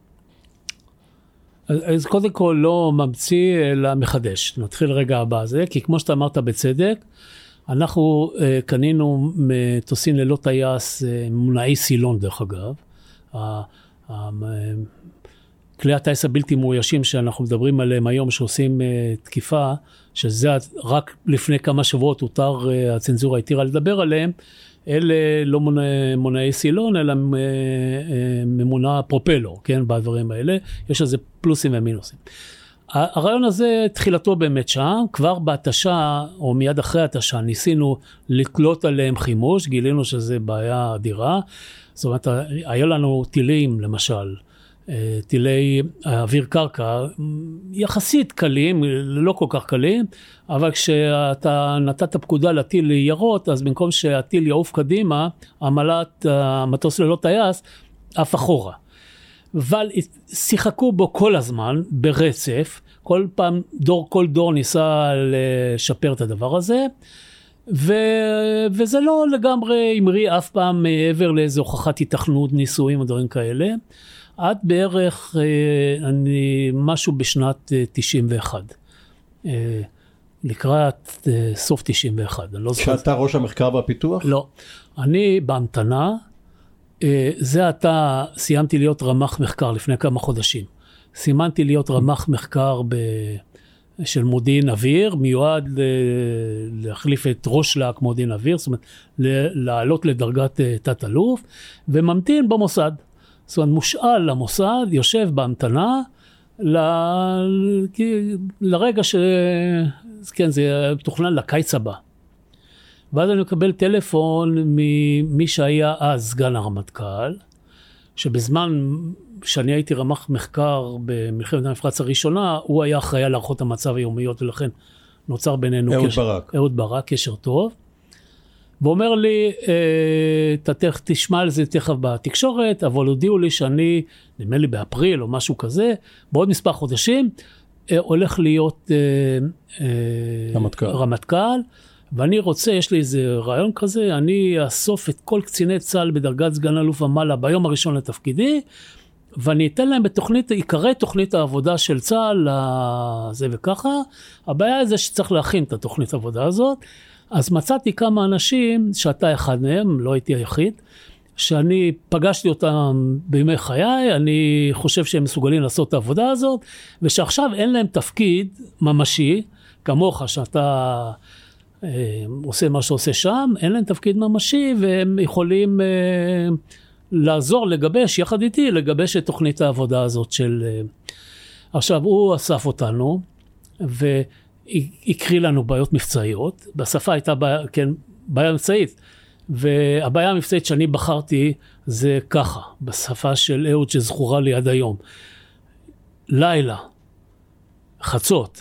אז, אז קודם כל לא ממציא אלא מחדש. נתחיל רגע הבא זה, כי כמו שאתה אמרת בצדק, אנחנו uh, קנינו מטוסים ללא טייס, uh, מונעי סילון דרך אגב. Uh, uh, כלי הטייס הבלתי מאוישים שאנחנו מדברים עליהם היום, שעושים uh, תקיפה, שזה רק לפני כמה שבועות הותר, uh, הצנזורה התירה לדבר עליהם, אלה לא מונעי, מונעי סילון, אלא uh, uh, ממונע פרופלור, כן, בדברים האלה. יש לזה פלוסים ומינוסים. הרעיון הזה תחילתו באמת שם, כבר בהתשה או מיד אחרי התשה ניסינו לקלוט עליהם חימוש, גילינו שזה בעיה אדירה, זאת אומרת היה לנו טילים למשל טילי אוויר קרקע, יחסית קלים, לא כל כך קלים, אבל כשאתה נתת פקודה לטיל ירות, אז במקום שהטיל יעוף קדימה, המל"ט, המטוס ללא טייס, אף אחורה. אבל שיחקו בו כל הזמן, ברצף, כל פעם, דור, כל דור ניסה לשפר את הדבר הזה, ו... וזה לא לגמרי אמרי אף פעם מעבר לאיזו הוכחת התכנות, ניסויים ודברים כאלה, עד בערך, אני, משהו בשנת תשעים ואחת, לקראת סוף תשעים ואחת. אני לא זוכר. שאתה ראש המחקר והפיתוח? לא, אני בהמתנה, זה אתה סיימתי להיות רמ"ח מחקר לפני כמה חודשים. סימנתי להיות רמ"ח מחקר ב... של מודיעין אוויר, מיועד ל... להחליף את ראש להק מודיעין אוויר, זאת אומרת, לעלות לדרגת תת אלוף, וממתין במוסד. זאת אומרת, מושאל למוסד, יושב בהמתנה, ל... לרגע ש... כן, זה תוכנן לקיץ הבא. ואז אני מקבל טלפון ממי שהיה אז סגן הרמטכ"ל, שבזמן שאני הייתי רמ"ח מחקר במלחמת המפרץ הראשונה, הוא היה אחראי על הערכות המצב היומיות, ולכן נוצר בינינו אהוד קשר, ברק. אהוד ברק, קשר טוב. ואומר לי, אתה תשמע על זה תכף בתקשורת, אבל הודיעו לי שאני, נדמה לי באפריל או משהו כזה, בעוד מספר חודשים, הולך להיות רמטכ"ל. רמטכ"ל, ואני רוצה, יש לי איזה רעיון כזה, אני אאסוף את כל קציני צה"ל בדרגת סגן אלוף ומעלה ביום הראשון לתפקידי, ואני אתן להם בתוכנית, עיקרי תוכנית העבודה של צה"ל, זה וככה. הבעיה זה שצריך להכין את התוכנית העבודה הזאת, אז מצאתי כמה אנשים, שאתה אחד מהם, לא הייתי היחיד, שאני פגשתי אותם בימי חיי, אני חושב שהם מסוגלים לעשות את העבודה הזאת, ושעכשיו אין להם תפקיד ממשי, כמוך שאתה אה, עושה מה שעושה שם, אין להם תפקיד ממשי, והם יכולים אה, לעזור לגבש, יחד איתי, לגבש את תוכנית העבודה הזאת של... אה, עכשיו, הוא אסף אותנו, ו... הקריא לנו בעיות מבצעיות, בשפה הייתה בעיה, כן, בעיה מבצעית, והבעיה המבצעית שאני בחרתי זה ככה, בשפה של אהוד שזכורה לי עד היום. לילה, חצות,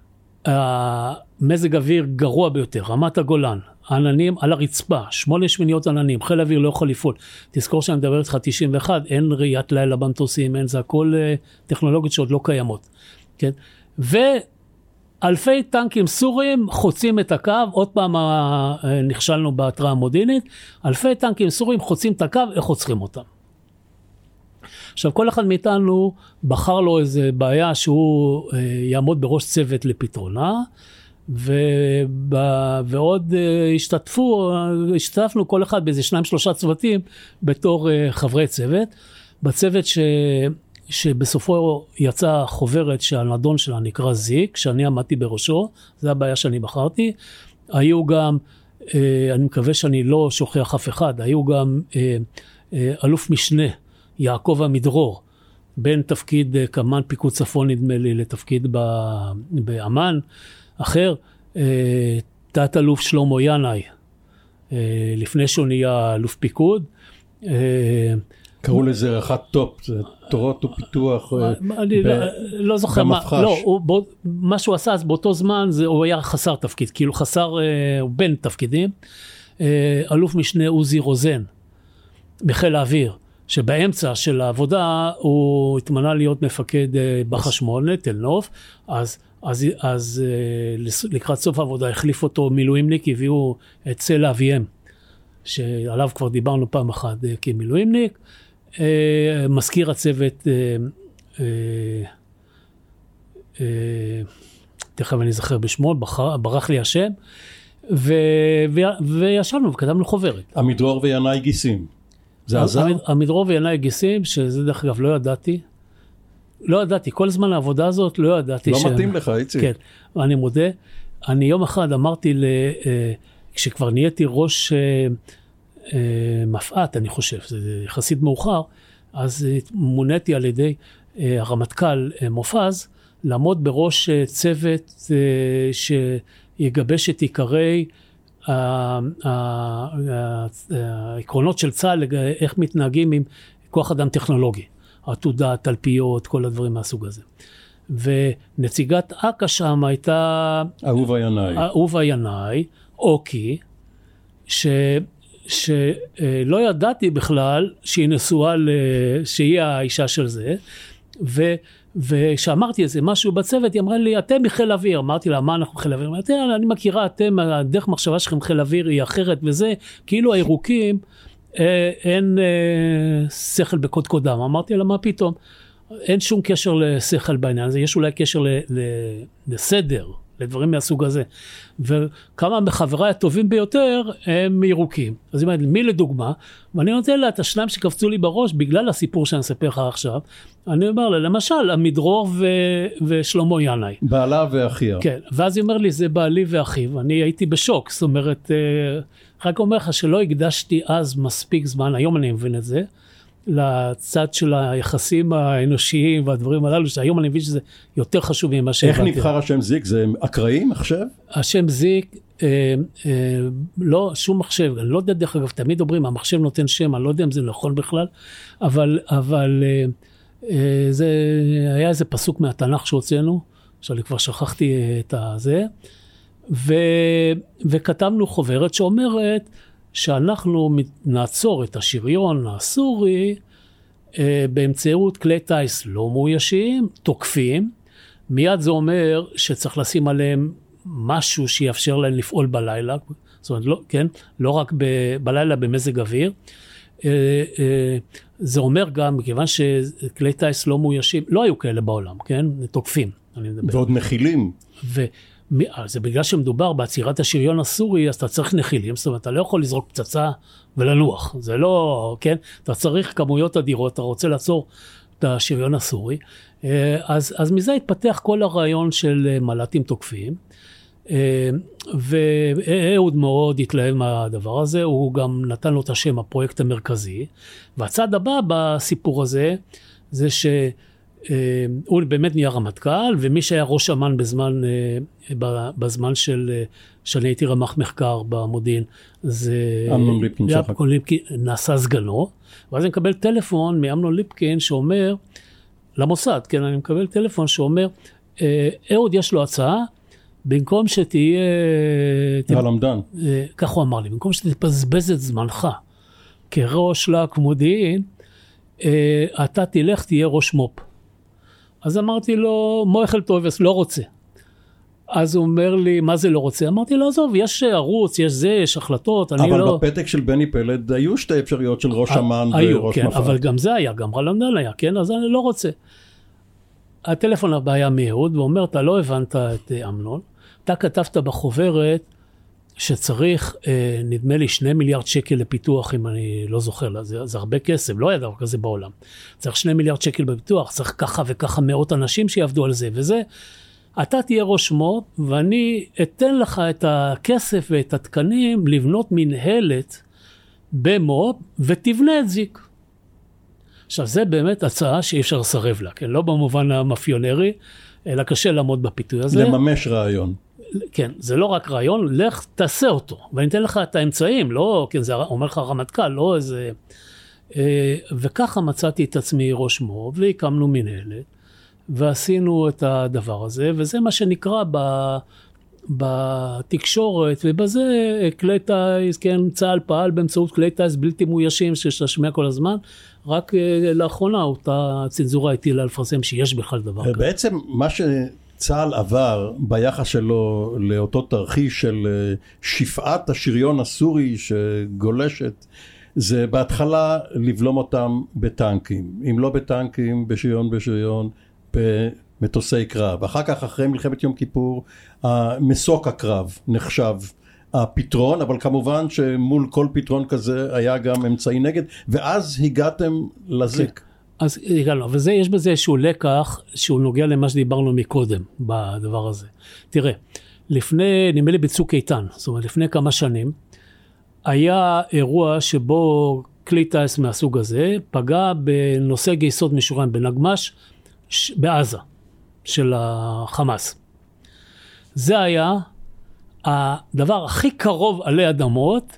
מזג אוויר גרוע ביותר, רמת הגולן, עננים על הרצפה, שמונה שמיניות עננים, חיל אוויר לא יכול לפעול. תזכור שאני מדבר איתך תשעים ואחת, אין ראיית לילה במטוסים, אין, זה הכל טכנולוגיות שעוד לא קיימות. כן? ו... אלפי טנקים סוריים חוצים את הקו, עוד פעם נכשלנו בהתראה המודיעינית, אלפי טנקים סוריים חוצים את הקו, איך עוצרים אותם? עכשיו, כל אחד מאיתנו בחר לו איזה בעיה שהוא יעמוד בראש צוות לפתרונה, וב... ועוד השתתפו, השתתפנו כל אחד באיזה שניים שלושה צוותים בתור חברי צוות, בצוות ש... שבסופו יצאה חוברת שהנדון שלה נקרא זיק, שאני עמדתי בראשו, זו הבעיה שאני בחרתי. היו גם, אני מקווה שאני לא שוכח אף אחד, היו גם אלוף משנה, יעקב המדרור, בין תפקיד כמן פיקוד צפון נדמה לי, לתפקיד באמן, אחר, תת אלוף שלמה ינאי, לפני שהוא נהיה אלוף פיקוד, קראו לזה רח"ט טופ, זה תורות ופיתוח אני לא זוכר מה, לא, מה שהוא עשה אז באותו זמן, הוא היה חסר תפקיד, כאילו חסר, הוא בין תפקידים, אלוף משנה עוזי רוזן, מחיל האוויר, שבאמצע של העבודה הוא התמנה להיות מפקד בחשמול, תל נוף, אז, אז, אז לקראת סוף העבודה החליף אותו מילואימניק, הביאו את צלע אביהם, שעליו כבר דיברנו פעם אחת כמילואימניק, מזכיר הצוות, תכף אני זכר בשמו, ברח לי השם, וישבנו וכתבנו חוברת. המדרור וינאי גיסים, זה עזר? המדרור וינאי גיסים, שזה דרך אגב לא ידעתי, לא ידעתי, כל זמן העבודה הזאת לא ידעתי. לא מתאים לך, איציק. כן, אני מודה, אני יום אחד אמרתי, כשכבר נהייתי ראש מפעת, אני חושב, זה יחסית מאוחר, אז מוניתי על ידי הרמטכ"ל מופז, לעמוד בראש צוות שיגבש את עיקרי העקרונות של צה"ל, איך מתנהגים עם כוח אדם טכנולוגי. עתודה, תלפיות, כל הדברים מהסוג הזה. ונציגת אק"א שם הייתה... אהובה ינאי. אהובה ינאי, אוקי, ש... שלא ידעתי בכלל שהיא נשואה, שהיא האישה של זה, ו... ושאמרתי איזה משהו בצוות, היא אמרה לי, אתם מחיל אוויר. אמרתי לה, מה אנחנו חיל אוויר? אמרתי לה, אני מכירה, אתם, הדרך מחשבה שלכם חיל אוויר היא אחרת וזה, כאילו הירוקים, אה, אין אה, שכל בקוד קודם. אמרתי לה, מה פתאום? אין שום קשר לשכל בעניין הזה, יש אולי קשר ל, ל, לסדר, לדברים מהסוג הזה. וכמה מחבריי הטובים ביותר הם ירוקים. אז היא אומרת, מי לדוגמה? ואני נותן לה את השניים שקפצו לי בראש, בגלל הסיפור שאני אספר לך עכשיו. אני אומר לה, למשל, עמידרור ו... ושלמה ינאי. בעלה ואחיה. כן, ואז היא אומר לי, זה בעלי ואחיו. אני הייתי בשוק, זאת אומרת, רק אומר לך שלא הקדשתי אז מספיק זמן, היום אני מבין את זה, לצד של היחסים האנושיים והדברים הללו, שהיום אני מבין שזה יותר חשוב ממה שהבנתי. איך נבחר השם זיק? זה אקראי מחשב? השם זיק, אה, אה, לא, שום מחשב, אני לא יודע דרך אגב, תמיד אומרים, המחשב נותן שם, אני לא יודע אם זה נכון בכלל, אבל, אבל אה, אה, זה היה איזה פסוק מהתנ"ך שהוצאנו, שאני כבר שכחתי את הזה, ו, וכתבנו חוברת שאומרת, שאנחנו נעצור את השריון הסורי אה, באמצעות כלי טייס לא מאוישים, תוקפים, מיד זה אומר שצריך לשים עליהם משהו שיאפשר להם לפעול בלילה, זאת אומרת, לא, כן, לא רק ב, בלילה במזג אוויר, אה, אה, זה אומר גם, מכיוון שכלי טייס לא מאוישים, לא היו כאלה בעולם, כן, תוקפים, אני מדבר. ועוד נחילים. ו... זה בגלל שמדובר בעצירת השריון הסורי, אז אתה צריך נחילים, זאת אומרת, אתה לא יכול לזרוק פצצה ולנוח, זה לא, כן? אתה צריך כמויות אדירות, אתה רוצה לעצור את השריון הסורי, אז, אז מזה התפתח כל הרעיון של מל"טים תוקפים, ואהוד מאוד התלהב מהדבר הזה, הוא גם נתן לו את השם הפרויקט המרכזי, והצד הבא בסיפור הזה, זה ש... הוא באמת נהיה רמטכ"ל, ומי שהיה ראש אמ"ן בזמן, בזמן של, שאני הייתי רמ"ח מחקר במודיעין, זה אמנון ליפקין שחק. נעשה סגנו, ואז אני מקבל טלפון מאמנון ליפקין שאומר, למוסד, כן, אני מקבל טלפון שאומר, אהוד יש לו הצעה, במקום שתהיה... הלמדן. כך הוא אמר לי, במקום שתתבזבז את זמנך, כראש להק מודיעין, אתה תלך, תהיה ראש מופ. אז אמרתי לו, מויכל טובס, לא רוצה. אז הוא אומר לי, מה זה לא רוצה? אמרתי לו, עזוב, יש ערוץ, יש זה, יש החלטות, אני אבל לא... אבל בפתק של בני פלד היו שתי אפשריות של ראש אמ"ן וראש כן, מפ"ד. אבל גם זה היה, גם רלנדל היה, כן? אז אני לא רוצה. הטלפון הבא היה מאהוד, ואומר, אתה לא הבנת את אמנון, אתה כתבת בחוברת, שצריך, אה, נדמה לי, שני מיליארד שקל לפיתוח, אם אני לא זוכר, זה, זה הרבה כסף, לא היה דבר כזה בעולם. צריך שני מיליארד שקל בפיתוח, צריך ככה וככה מאות אנשים שיעבדו על זה, וזה, אתה תהיה ראש מו"פ, ואני אתן לך את הכסף ואת התקנים, לבנות מנהלת במו"פ, ותבנה את זיק. עכשיו, זה באמת הצעה שאי אפשר לסרב לה, כן? לא במובן המאפיונרי, אלא קשה לעמוד בפיתוי הזה. לממש רעיון. כן, זה לא רק רעיון, לך תעשה אותו, ואני אתן לך את האמצעים, לא, כן, זה אומר לך רמטכ"ל, לא איזה... וככה מצאתי את עצמי ראש מו"פ, והקמנו מנהלת, ועשינו את הדבר הזה, וזה מה שנקרא ב... בתקשורת, ובזה כלי טייס, כן, צה"ל פעל באמצעות כלי טייס בלתי מאוישים, ששמע כל הזמן, רק לאחרונה אותה צנזורה הטילה לפרסם שיש בכלל דבר כזה. בעצם מה ש... צה"ל עבר ביחס שלו לאותו תרחיש של שפעת השריון הסורי שגולשת, זה בהתחלה לבלום אותם בטנקים, אם לא בטנקים, בשריון בשריון, במטוסי קרב. אחר כך, אחרי מלחמת יום כיפור, מסוק הקרב נחשב הפתרון, אבל כמובן שמול כל פתרון כזה היה גם אמצעי נגד, ואז הגעתם לזיק. אז הגענו, וזה, יש בזה איזשהו לקח שהוא נוגע למה שדיברנו מקודם בדבר הזה. תראה, לפני, נדמה לי בצוק איתן, זאת אומרת, לפני כמה שנים, היה אירוע שבו כלי טייס מהסוג הזה פגע בנושא גייסות משוריים בנגמש בעזה של החמאס. זה היה הדבר הכי קרוב עלי אדמות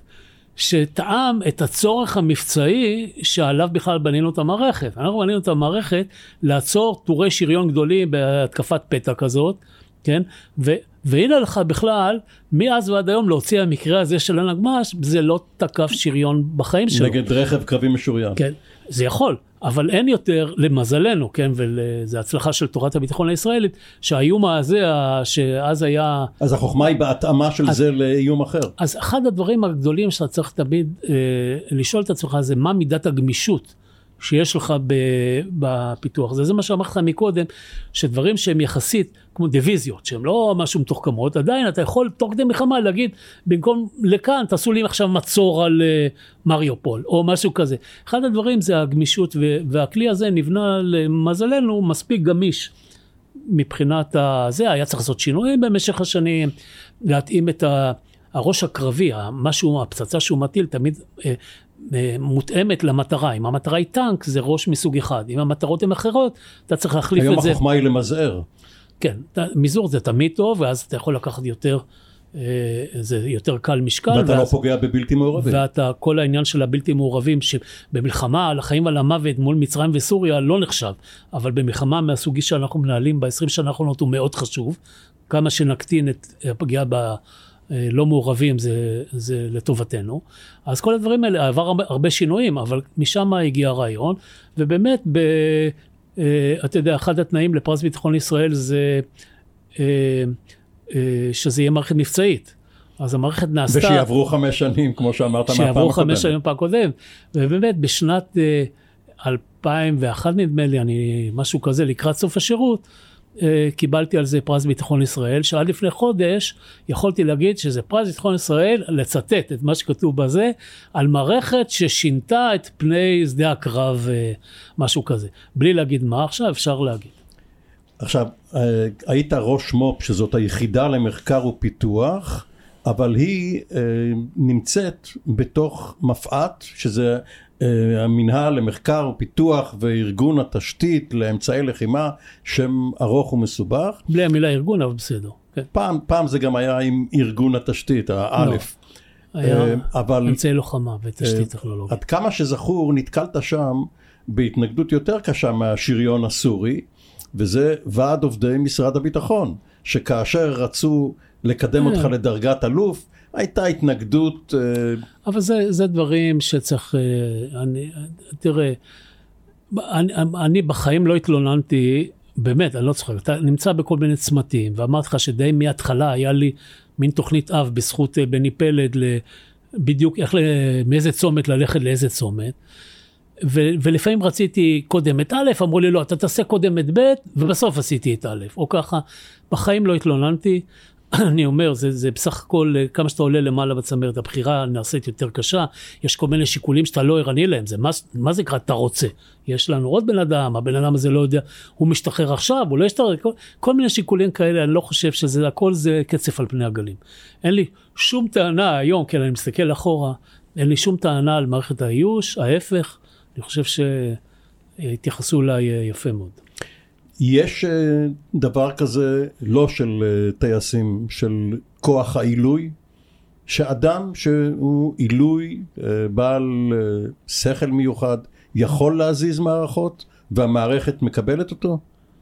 שטעם את הצורך המבצעי שעליו בכלל בנינו את המערכת. אנחנו בנינו את המערכת לעצור טורי שריון גדולים בהתקפת פתע כזאת, כן? ו, והנה לך בכלל, מאז ועד היום להוציא המקרה הזה של הנגמ"ש, זה לא תקף שריון בחיים שלו. נגד רכב קרבי משוריין. כן, זה יכול, אבל אין יותר למזלנו, כן? וזו הצלחה של תורת הביטחון הישראלית, שהאיום הזה, שאז היה... אז החוכמה היא בהתאמה של אז, זה לאיום אחר. אז אחד הדברים הגדולים שאתה צריך תמיד אה, לשאול את עצמך, זה מה מידת הגמישות שיש לך בפיתוח. זה, זה מה שאמרתי לך מקודם, שדברים שהם יחסית, כמו דיוויזיות, שהם לא משהו מתוחכמות, עדיין אתה יכול תוך כדי מלחמה להגיד, במקום לכאן, תעשו לי עכשיו מצור על uh, מריופול, או משהו כזה. אחד הדברים זה הגמישות, והכלי הזה נבנה למזלנו מספיק גמיש, מבחינת הזה, היה צריך לעשות שינויים במשך השנים, להתאים את ה... הראש הקרבי, משהו, הפצצה שהוא מטיל, תמיד אה, אה, מותאמת למטרה. אם המטרה היא טנק, זה ראש מסוג אחד. אם המטרות הן אחרות, אתה צריך להחליף את זה. היום החוכמה היא למזער. כן, מזעור זה תמיד טוב, ואז אתה יכול לקחת יותר, אה, זה יותר קל משקל. ואתה ואז, לא פוגע בבלתי מעורבים. ואתה, כל העניין של הבלתי מעורבים, שבמלחמה על החיים ועל המוות מול מצרים וסוריה לא נחשב, אבל במלחמה מהסוגי שאנחנו מנהלים ב-עשרים שנה האחרונות הוא מאוד חשוב, כמה שנקטין את הפגיעה ב... לא מעורבים, זה, זה לטובתנו. אז כל הדברים האלה, עבר הרבה, הרבה שינויים, אבל משם הגיע הרעיון, ובאמת, ב, אתה יודע, אחד התנאים לפרס ביטחון ישראל זה, שזה יהיה מערכת מבצעית. אז המערכת נעשתה... ושיעברו חמש שנים, כמו שאמרת מהפעם הקודמת. שיעברו חמש שנים פעם קודם. ובאמת, בשנת אלפיים ואחת נדמה לי, אני משהו כזה, לקראת סוף השירות, קיבלתי על זה פרס ביטחון ישראל, שעד לפני חודש יכולתי להגיד שזה פרס ביטחון ישראל, לצטט את מה שכתוב בזה, על מערכת ששינתה את פני שדה הקרב, משהו כזה. בלי להגיד מה עכשיו, אפשר להגיד. עכשיו, היית ראש מו"פ, שזאת היחידה למחקר ופיתוח, אבל היא נמצאת בתוך מפעט, שזה המנהל למחקר ופיתוח וארגון התשתית לאמצעי לחימה, שם ארוך ומסובך. בלי המילה ארגון, אבל בסדר. כן. פעם, פעם זה גם היה עם ארגון התשתית, האלף. לא, היה אבל, אמצעי לוחמה ותשתית טכנולוגית. עד כמה שזכור, נתקלת שם בהתנגדות יותר קשה מהשריון הסורי, וזה ועד עובדי משרד הביטחון, שכאשר רצו לקדם אותך לדרגת אלוף, הייתה התנגדות... אבל זה, זה דברים שצריך... אני, תראה, אני, אני בחיים לא התלוננתי, באמת, אני לא צריך, אתה נמצא בכל מיני צמתים, ואמרתי לך שדי מההתחלה היה לי מין תוכנית אב בזכות בני פלד, בדיוק איך, מאיזה צומת ללכת לאיזה צומת, ו, ולפעמים רציתי קודם את א', אמרו לי לא, אתה תעשה קודם את ב', ובסוף עשיתי את א', או ככה, בחיים לא התלוננתי, אני אומר, זה, זה בסך הכל, כמה שאתה עולה למעלה בצמרת, הבחירה נעשית יותר קשה, יש כל מיני שיקולים שאתה לא ערני להם, זה מה, מה זה קרא, אתה רוצה? יש לנו עוד בן אדם, הבן אדם הזה לא יודע, הוא משתחרר עכשיו, הוא לא ישתחרר, כל, כל מיני שיקולים כאלה, אני לא חושב שזה, הכל זה קצף על פני הגלים. אין לי שום טענה היום, כי אני מסתכל אחורה, אין לי שום טענה על מערכת האיוש, ההפך, אני חושב שהתייחסו לה יפה מאוד. יש דבר כזה, לא של טייסים, של כוח העילוי, שאדם שהוא עילוי, בעל שכל מיוחד, יכול להזיז מערכות, והמערכת מקבלת אותו?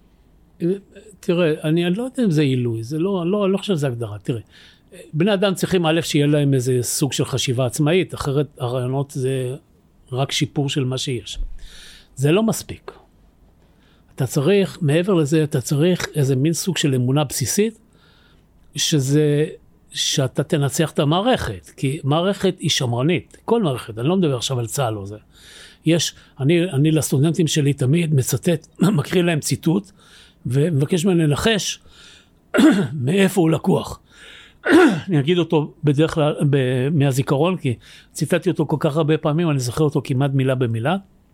תראה, אני, אני לא יודע אם זה עילוי, זה לא, לא, אני לא חושב שזה הגדרה, תראה. בני אדם צריכים א' שיהיה להם איזה סוג של חשיבה עצמאית, אחרת הרעיונות זה רק שיפור של מה שיש. זה לא מספיק. אתה צריך, מעבר לזה, אתה צריך איזה מין סוג של אמונה בסיסית, שזה, שאתה תנצח את המערכת, כי מערכת היא שמרנית, כל מערכת, אני לא מדבר עכשיו על צה"ל או זה. יש, אני, אני לסטודנטים שלי תמיד מצטט, מקריא להם ציטוט, ומבקש ממני לנחש, מאיפה הוא לקוח. אני אגיד אותו בדרך כלל, מהזיכרון, כי ציטטתי אותו כל כך הרבה פעמים, אני זוכר אותו כמעט מילה במילה,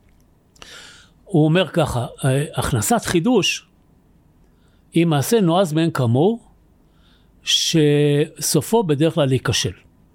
הוא אומר ככה, הכנסת חידוש היא מעשה נועז מאין כמוהו, שסופו בדרך כלל להיכשל.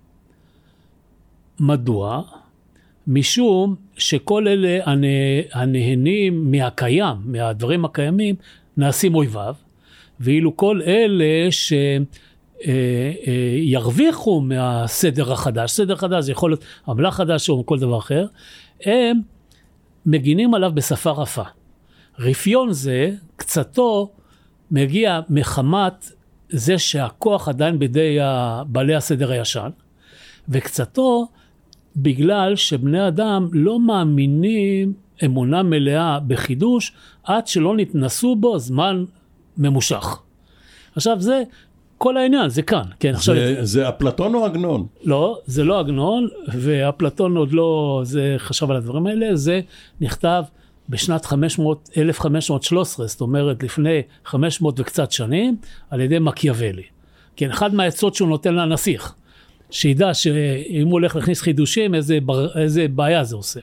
מדוע? משום שכל אלה הנהנים מהקיים, מהדברים הקיימים, נעשים אויביו, ואילו כל אלה ירוויחו מהסדר החדש, סדר חדש זה יכול להיות עמלה חדש או כל דבר אחר, הם מגינים עליו בשפה רפה. רפיון זה, קצתו מגיע מחמת זה שהכוח עדיין בידי בעלי הסדר הישן, וקצתו בגלל שבני אדם לא מאמינים אמונה מלאה בחידוש, עד שלא נתנסו בו זמן ממושך. עכשיו זה כל העניין, זה כאן. כן, זה, עכשיו... זה אפלטון או עגנון? לא, זה לא עגנון, ואפלטון עוד לא זה חשב על הדברים האלה, זה נכתב בשנת אלף חמש מאות ושלוש עשרה, זאת אומרת לפני חמש מאות וקצת שנים, על ידי מקיאוולי. כן, אחד מהעצות שהוא נותן לנסיך, שידע שאם הוא הולך להכניס חידושים, איזה, איזה בעיה זה עושה.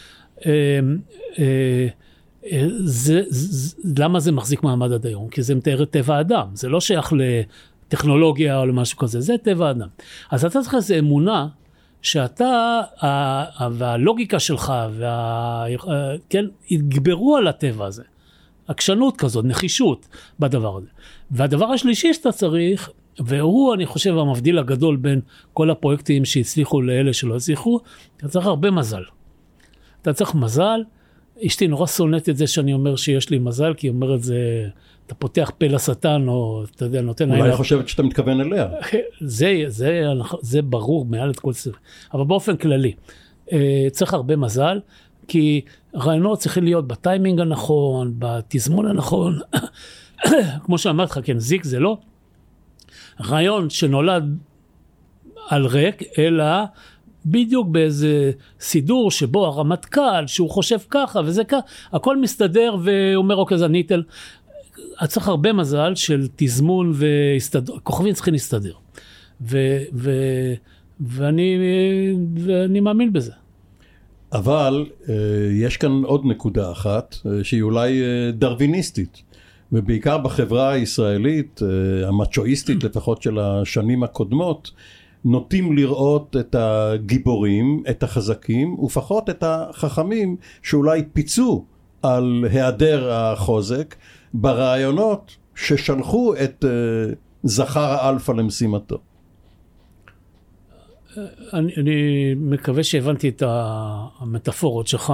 זה, זה, למה זה מחזיק מעמד עד היום? כי זה מתאר את טבע האדם, זה לא שייך לטכנולוגיה או למשהו כזה, זה טבע האדם. אז אתה צריך איזו אמונה, שאתה, והלוגיקה שלך, וה, כן, התגברו על הטבע הזה. עקשנות כזאת, נחישות בדבר הזה. והדבר השלישי שאתה צריך, והוא, אני חושב, המבדיל הגדול בין כל הפרויקטים שהצליחו לאלה שלא הצליחו, אתה צריך הרבה מזל. אתה צריך מזל, אשתי נורא שונאת את זה שאני אומר שיש לי מזל, כי היא אומרת זה, אתה פותח פה לשטן, או אתה יודע, נותן... אולי חושבת שאתה מתכוון אליה. זה, זה, זה ברור מעל את כל זה. אבל באופן כללי, צריך הרבה מזל, כי רעיונות צריכים להיות בטיימינג הנכון, בתזמון הנכון, כמו שאמרת לך, כן, זיק זה לא, רעיון שנולד על ריק, אלא בדיוק באיזה סידור שבו הרמטכ"ל, שהוא חושב ככה וזה ככה, הכל מסתדר ואומר, אוקיי, זה אני אתן, צריך הרבה מזל של תזמון והסתדר, כוכבים צריכים להסתדר. ו, ו, ואני, ואני מאמין בזה. אבל יש כאן עוד נקודה אחת, שהיא אולי דרוויניסטית, ובעיקר בחברה הישראלית, המצ'ואיסטית לפחות של השנים הקודמות, נוטים לראות את הגיבורים, את החזקים, ופחות את החכמים שאולי פיצו על היעדר החוזק, ברעיונות ששלחו את זכר האלפא למשימתו. אני, אני מקווה שהבנתי את המטאפורות שלך.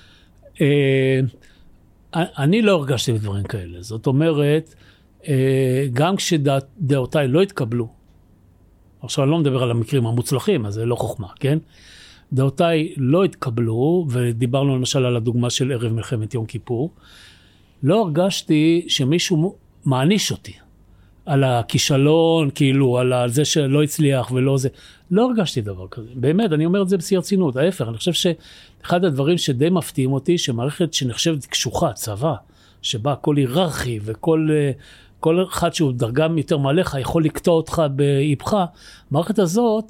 אני לא הרגשתי בדברים כאלה. זאת אומרת, גם כשדעותיי לא התקבלו, עכשיו אני לא מדבר על המקרים המוצלחים, אז זה לא חוכמה, כן? דעותיי לא התקבלו, ודיברנו למשל על הדוגמה של ערב מלחמת יום כיפור, לא הרגשתי שמישהו מעניש אותי על הכישלון, כאילו, על זה שלא הצליח ולא זה. לא הרגשתי דבר כזה. באמת, אני אומר את זה בשיא הרצינות. ההפך, אני חושב שאחד הדברים שדי מפתיעים אותי, שמערכת שנחשבת קשוחה, צבא, שבה כל היררכי וכל כל אחד שהוא דרגה יותר מעליך, יכול לקטוע אותך באיפך, המערכת הזאת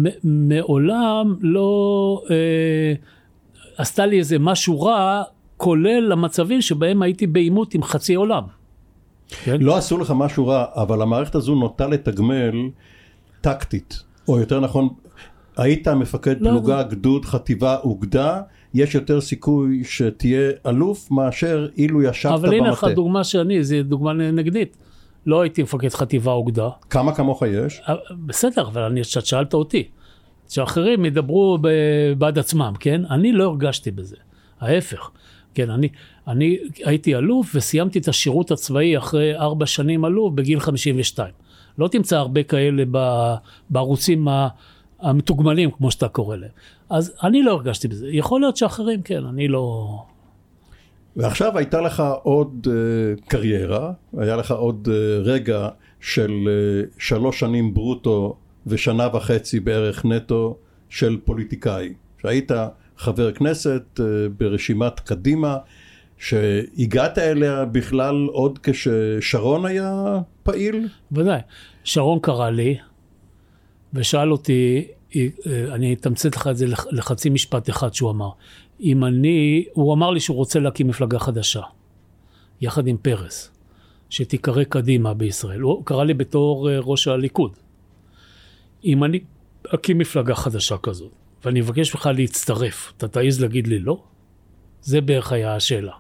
מעולם לא אה, עשתה לי איזה משהו רע, כולל למצבים שבהם הייתי באימות עם חצי עולם. כן? לא עשו לך משהו רע, אבל המערכת הזו נוטה לתגמל טקטית, או יותר נכון, היית מפקד לא פלוגה, לא. גדוד, חטיבה, אוגדה, יש יותר סיכוי שתהיה אלוף מאשר אילו ישבת במטה. אבל הנה לך דוגמה שאני, זו דוגמה נגדית. לא הייתי מפקד חטיבה אוגדה. כמה כמוך יש? בסדר, אבל אני שאלת אותי. שאחרים ידברו בעד עצמם, כן? אני לא הרגשתי בזה. ההפך. כן, אני, אני הייתי אלוף וסיימתי את השירות הצבאי אחרי ארבע שנים אלוף בגיל חמישים ושתיים. לא תמצא הרבה כאלה בערוצים המתוגמלים, כמו שאתה קורא להם. אז אני לא הרגשתי בזה. יכול להיות שאחרים, כן, אני לא... ועכשיו הייתה לך עוד uh, קריירה, היה לך עוד uh, רגע של uh, שלוש שנים ברוטו ושנה וחצי בערך נטו של פוליטיקאי. שהיית חבר כנסת uh, ברשימת קדימה, שהגעת אליה בכלל עוד כששרון היה פעיל? ודאי. שרון קרא לי ושאל אותי, אני אתמצת לך את זה לחצי משפט אחד שהוא אמר. אם אני, הוא אמר לי שהוא רוצה להקים מפלגה חדשה, יחד עם פרס, שתיקרא קדימה בישראל. הוא קרא לי בתור ראש הליכוד. אם אני אקים מפלגה חדשה כזאת, ואני מבקש לך להצטרף, אתה תעיז להגיד לי לא? זה בערך היה השאלה.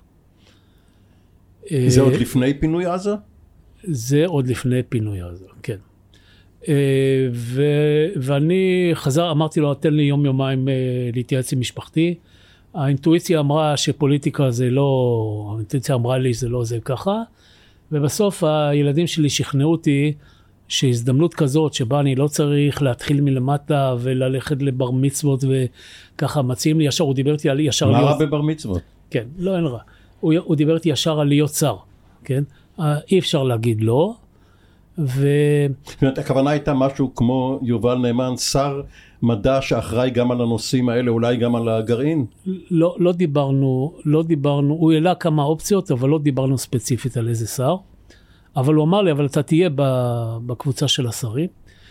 זה עוד לפני פינוי עזה? זה עוד לפני פינוי עזה, כן. ו, ואני חזר, אמרתי לו, תן לי יום יומיים להתייעץ עם משפחתי. האינטואיציה אמרה שפוליטיקה זה לא, האינטואיציה אמרה לי זה לא זה ככה, ובסוף הילדים שלי שכנעו אותי שהזדמנות כזאת שבה אני לא צריך להתחיל מלמטה וללכת לבר מצוות וככה מציעים לי ישר, הוא דיבר איתי על ישר... מה רע בבר מצוות? כן, לא אין רע. הוא, הוא דיבר איתי ישר על להיות שר, כן? אי אפשר להגיד לא, ו... זאת אומרת, הכוונה הייתה משהו כמו יובל נאמן, שר מדע שאחראי גם על הנושאים האלה, אולי גם על הגרעין? לא, לא דיברנו, לא דיברנו, הוא העלה כמה אופציות, אבל לא דיברנו ספציפית על איזה שר. אבל הוא אמר לי, אבל אתה תהיה בקבוצה של השרים.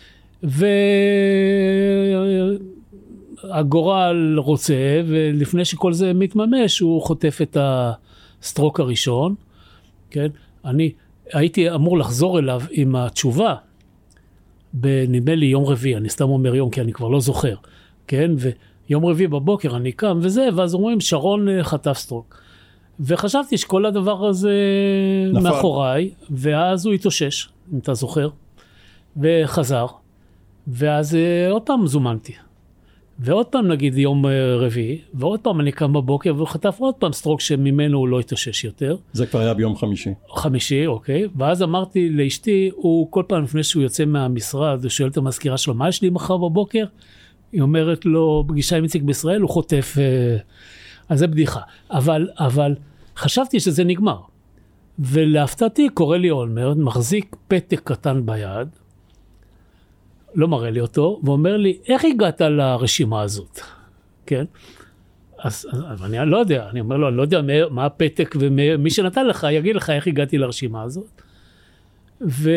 והגורל רוצה, ולפני שכל זה מתממש, הוא חוטף את הסטרוק הראשון. כן? אני הייתי אמור לחזור אליו עם התשובה, בנדמה לי יום רביעי, אני סתם אומר יום, כי אני כבר לא זוכר. כן? ויום רביעי בבוקר אני קם וזה, ואז אומרים, שרון חטף סטרוק. וחשבתי שכל הדבר הזה נפל מאחוריי, ואז הוא התאושש, אם אתה זוכר, וחזר, ואז עוד פעם זומנתי. ועוד פעם נגיד יום רביעי, ועוד פעם אני קם בבוקר, והוא חטף עוד פעם סטרוק שממנו הוא לא התאושש יותר. זה כבר היה ביום חמישי. חמישי, אוקיי. ואז אמרתי לאשתי, הוא כל פעם לפני שהוא יוצא מהמשרד, הוא שואל את המזכירה שלו, מה יש לי מחר בבוקר? היא אומרת לו, פגישה עם איציק בישראל, הוא חוטף... אז זה בדיחה. אבל, אבל חשבתי שזה נגמר. ולהפתעתי קורא לי אולמרט, מחזיק פתק קטן ביד, לא מראה לי אותו, ואומר לי, איך הגעת לרשימה הזאת? כן? אז, אז אני לא יודע, אני אומר לו, אני לא יודע מה הפתק, ומי שנתן לך יגיד לך איך הגעתי לרשימה הזאת. ו...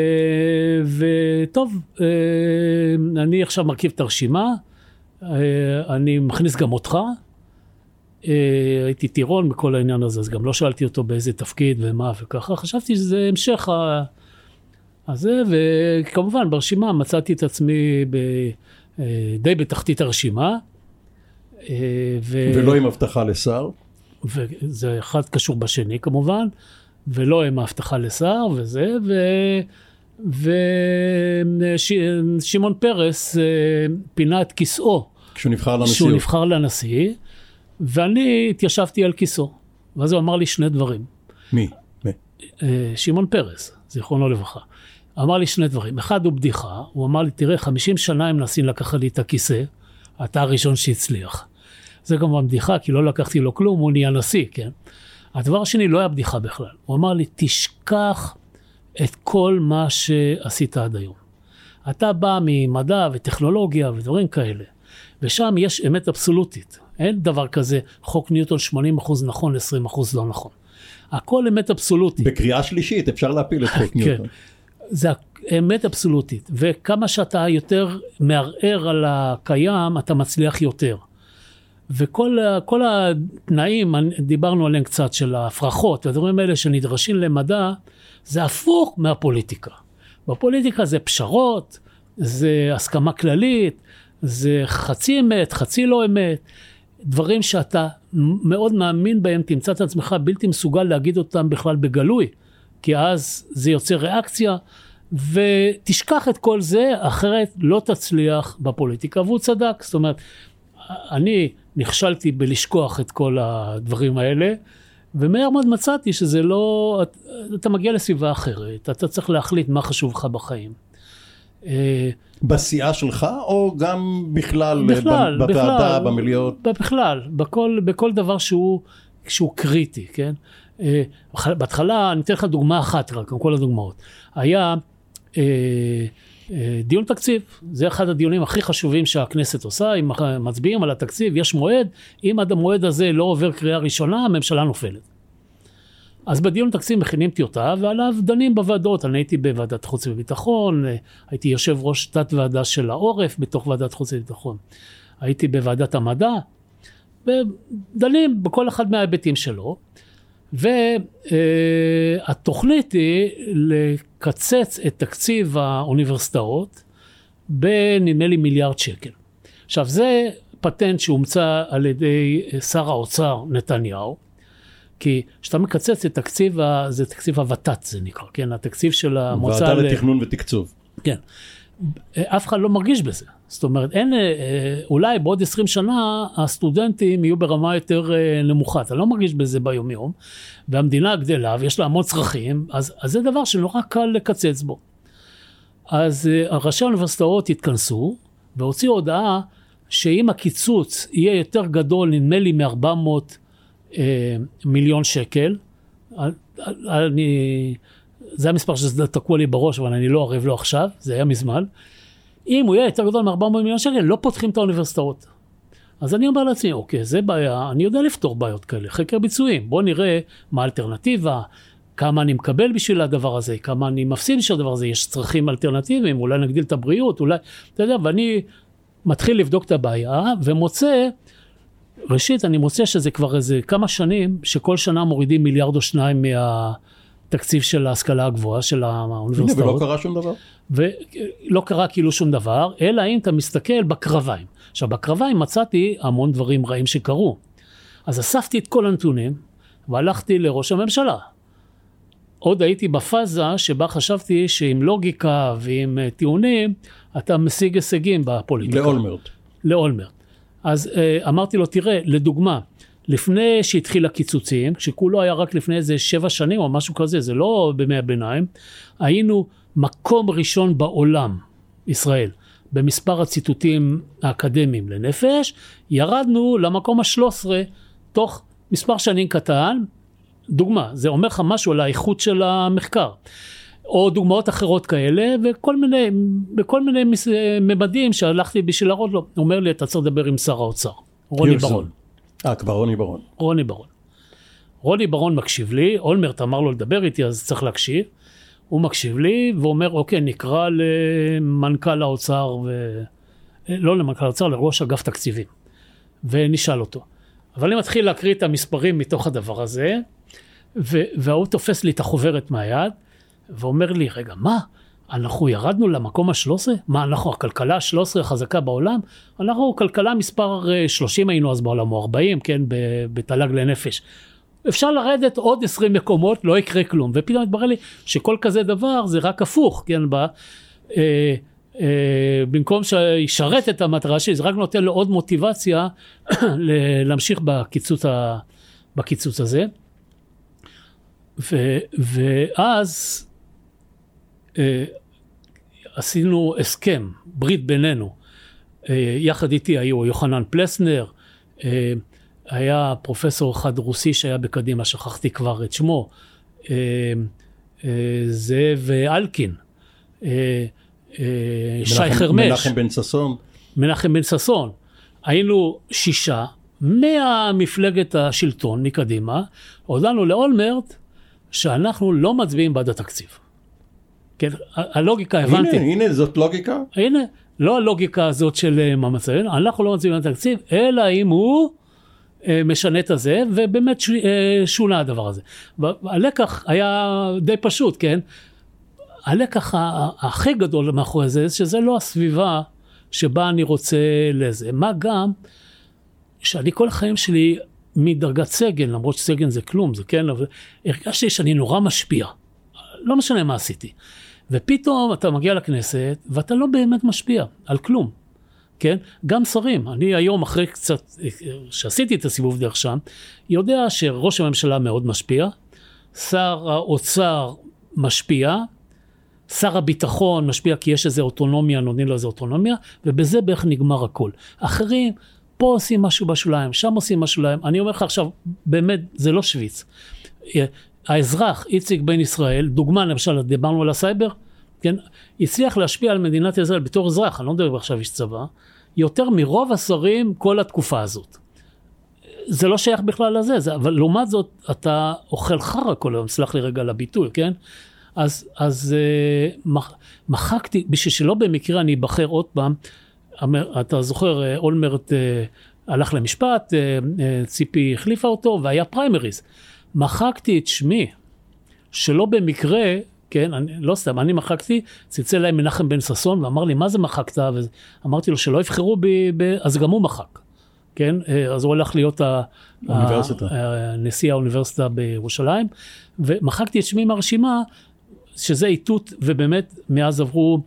וטוב, אני עכשיו מרכיב את הרשימה, אני מכניס גם אותך, הייתי טירון בכל העניין הזה, אז גם לא שאלתי אותו באיזה תפקיד ומה וככה, חשבתי שזה המשך הזה, וכמובן ברשימה מצאתי את עצמי ב... די בתחתית הרשימה. ו... ולא עם הבטחה לשר? וזה אחד קשור בשני כמובן, ולא עם הבטחה לשר וזה, ו... ושמעון פרס פינה את כיסאו. כשהוא נבחר לנשיא. כשהוא נבחר לנשיא. ואני התיישבתי על כיסו, ואז הוא אמר לי שני דברים. מי? מי? שמעון פרס, זיכרונו לברכה. אמר לי שני דברים. אחד הוא בדיחה, הוא אמר לי, תראה, חמישים שנה הם מנסים לקחת לי את הכיסא, אתה הראשון שהצליח. זה כמובן בדיחה, כי לא לקחתי לו כלום, הוא נהיה נשיא, כן? הדבר השני לא היה בדיחה בכלל. הוא אמר לי, תשכח את כל מה שעשית עד היום. אתה בא ממדע וטכנולוגיה ודברים כאלה, ושם יש אמת אבסולוטית. אין דבר כזה, חוק ניוטון שמונים אחוז נכון, עשרים אחוז לא נכון. הכל אמת אבסולוטית. בקריאה שלישית אפשר להפיל את חוק ניוטון. זה אמת אבסולוטית, וכמה שאתה יותר מערער על הקיים, אתה מצליח יותר. וכל כל התנאים, דיברנו עליהם קצת, של ההפרחות, והדברים האלה שנדרשים למדע, זה הפוך מהפוליטיקה. בפוליטיקה זה פשרות, זה הסכמה כללית, זה חצי אמת, חצי לא אמת, דברים שאתה מאוד מאמין בהם, תמצא את עצמך בלתי מסוגל להגיד אותם בכלל בגלוי, כי אז זה יוצר ריאקציה, ותשכח את כל זה, אחרת לא תצליח בפוליטיקה, והוא צדק. זאת אומרת, אני נכשלתי בלשכוח את כל הדברים האלה, ומהר מאוד מצאתי שזה לא, אתה מגיע לסביבה אחרת, אתה צריך להחליט מה חשוב לך בחיים. בסיעה שלך או גם בכלל, בכלל בוועדה, במליאות? בכלל, בכל, בכל דבר שהוא, שהוא קריטי, כן? בהתחלה, אני אתן לך דוגמה אחת רק, עם כל הדוגמאות. היה דיון תקציב, זה אחד הדיונים הכי חשובים שהכנסת עושה, אם מצביעים על התקציב, יש מועד, אם עד המועד הזה לא עובר קריאה ראשונה, הממשלה נופלת. אז בדיון תקציב מכינים טיוטה, ועליו דנים בוועדות. אני הייתי בוועדת חוץ וביטחון, הייתי יושב ראש תת ועדה של העורף בתוך ועדת חוץ וביטחון. הייתי בוועדת המדע, ודנים בכל אחד מההיבטים שלו, והתוכנית היא לקצץ את תקציב האוניברסיטאות בנדמה לי מיליארד שקל. עכשיו זה פטנט שהומצא על ידי שר האוצר נתניהו, כי כשאתה מקצץ את תקציב, זה תקציב הוות"ת זה נקרא, כן? התקציב של המועצה... ועדה לתכנון ותקצוב. כן. אף אחד לא מרגיש בזה. זאת אומרת, אין, אולי בעוד עשרים שנה הסטודנטים יהיו ברמה יותר נמוכה, אתה לא מרגיש בזה ביום יום, והמדינה גדלה ויש לה המון צרכים, אז, אז זה דבר שנורא קל לקצץ בו. אז ראשי האוניברסיטאות התכנסו, והוציאו הודעה שאם הקיצוץ יהיה יותר גדול, נדמה לי מ-ארבע מאות אה, מיליון שקל, אני, זה המספר שזה תקוע לי בראש, אבל אני לא ערב לו עכשיו, זה היה מזמן, אם הוא יהיה יותר גדול מ-ארבע מאות מיליון שקל, לא פותחים את האוניברסיטאות. אז אני אומר לעצמי, אוקיי, זה בעיה, אני יודע לפתור בעיות כאלה, חקר ביצועים, בוא נראה מה האלטרנטיבה, כמה אני מקבל בשביל הדבר הזה, כמה אני מפסיד בשביל הדבר הזה, יש צרכים אלטרנטיביים, אולי נגדיל את הבריאות, אולי, אתה יודע, ואני מתחיל לבדוק את הבעיה, ומוצא, ראשית, אני מוצא שזה כבר איזה כמה שנים, שכל שנה מורידים מיליארד או שניים מהתקציב של ההשכלה הגבוהה, של האוניברסיטאות. ולא קרה שום דבר. ולא קרה כאילו שום דבר, אלא אם אתה מסתכל בקרביים. עכשיו, בקרביים מצאתי המון דברים רעים שקרו. אז אספתי את כל הנתונים, והלכתי לראש הממשלה. עוד הייתי בפאזה שבה חשבתי שעם לוגיקה ועם טיעונים, אתה משיג הישגים בפוליטיקה. לאולמרט. לאולמרט. אז אמרתי לו, תראה, לדוגמה, לפני שהתחיל הקיצוצים, כשכולו היה רק לפני איזה שבע שנים או משהו כזה, זה לא בימי הביניים, היינו מקום ראשון בעולם, ישראל, במספר הציטוטים האקדמיים לנפש, ירדנו למקום ה-שלוש עשרה תוך מספר שנים קטן, דוגמה, זה אומר לך משהו על האיכות של המחקר, או דוגמאות אחרות כאלה, וכל מיני, בכל מיני ממדים שהלכתי בשביל להראות לו, הוא אומר לי, אתה צריך לדבר עם שר האוצר, רוני ברון. אה, כבר רוני ברון. רוני ברון. רוני ברון מקשיב לי, אולמרט אמר לו לדבר איתי, אז צריך להקשיב, הוא מקשיב לי, ואומר, אוקיי, נקרא למנכ"ל האוצר, ו... לא למנכ"ל האוצר, לראש אגף תקציבים, ונשאל אותו. אבל אני מתחיל להקריא את המספרים מתוך הדבר הזה, ו... והוא תופס לי את החוברת מהיד, ואומר לי, רגע, מה? אנחנו ירדנו למקום ה-שלוש עשרה? מה, אנחנו הכלכלה ה-שלוש עשרה חזקה בעולם? אנחנו כלכלה מספר שלושים היינו אז בעולם, או ארבעים, כן, בתל"ג לנפש. אפשר לרדת עוד עשרים מקומות, לא יקרה כלום. ופתאום התברר לי שכל כזה דבר זה רק הפוך, כן, ב, אה, אה, במקום שישרת את המטרה שלי, זה רק נותן לו עוד מוטיבציה להמשיך בקיצוץ, ה, בקיצוץ הזה. ו, ואז אה, עשינו הסכם, ברית בינינו. אה, יחד איתי היו יוחנן פלסנר, אה, היה פרופסור אחד רוסי שהיה בקדימה, שכחתי כבר את שמו, אה, אה, זאב אלקין, אה, אה, שי חרמש. מנחם בן ששון. מנחם בן ששון. היינו שישה, מהמפלגת השלטון מקדימה, הודענו לאולמרט שאנחנו לא מצביעים בעד התקציב. כן, הלוגיקה הבנתי. הנה, הנה, זאת לוגיקה. הנה, לא הלוגיקה הזאת של מאמצים, אנחנו לא מצביעים בעד התקציב, אלא אם הוא משנה את הזה, ובאמת שונה הדבר הזה. הלקח היה די פשוט, כן? הלקח הכי גדול מאחורי זה, שזה לא הסביבה שבה אני רוצה לזה. מה גם שאני כל החיים שלי מדרגת סגן, למרות שסגן זה כלום, זה כן, אבל הרגשתי שאני נורא משפיע. לא משנה מה עשיתי. ופתאום אתה מגיע לכנסת, ואתה לא באמת משפיע על כלום. כן? גם שרים. אני היום אחרי קצת, שעשיתי את הסיבוב דרך שם, יודע שראש הממשלה מאוד משפיע, שר האוצר משפיע, שר הביטחון משפיע כי יש איזו אוטונומיה, נותנים לו איזו אוטונומיה, ובזה בערך נגמר הכל. אחרים, פה עושים משהו בשוליים, שם עושים משהו בשוליים. אני אומר לך עכשיו, באמת, זה לא שוויץ. האזרח, איציק בן ישראל, דוגמה, למשל, דיברנו על הסייבר, כן? הצליח להשפיע על מדינת ישראל בתור אזרח, אני לא מדבר עכשיו איש צבא, יותר מרוב השרים כל התקופה הזאת. זה לא שייך בכלל לזה, זה, אבל לעומת זאת, אתה אוכל חרא כל היום, סלח לי רגע לביטוי, כן? אז, אז מח, מחקתי, בשביל שלא במקרה אני אבחר עוד פעם, אתה זוכר, אולמרט הלך למשפט, ציפי החליפה אותו, והיה פריימריז. מחקתי את שמי, שלא במקרה, כן, אני, לא סתם, אני מחקתי, צלצל להם מנחם בן ששון, ואמר לי, מה זה מחקת? ואמרתי לו, שלא יבחרו בי, ב... אז גם הוא מחק, כן? אז הוא הולך להיות ה... האוניברסיטה. ה... נשיא האוניברסיטה בירושלים, ומחקתי את שמי מהרשימה, שזה איתות, ובאמת, מאז עברו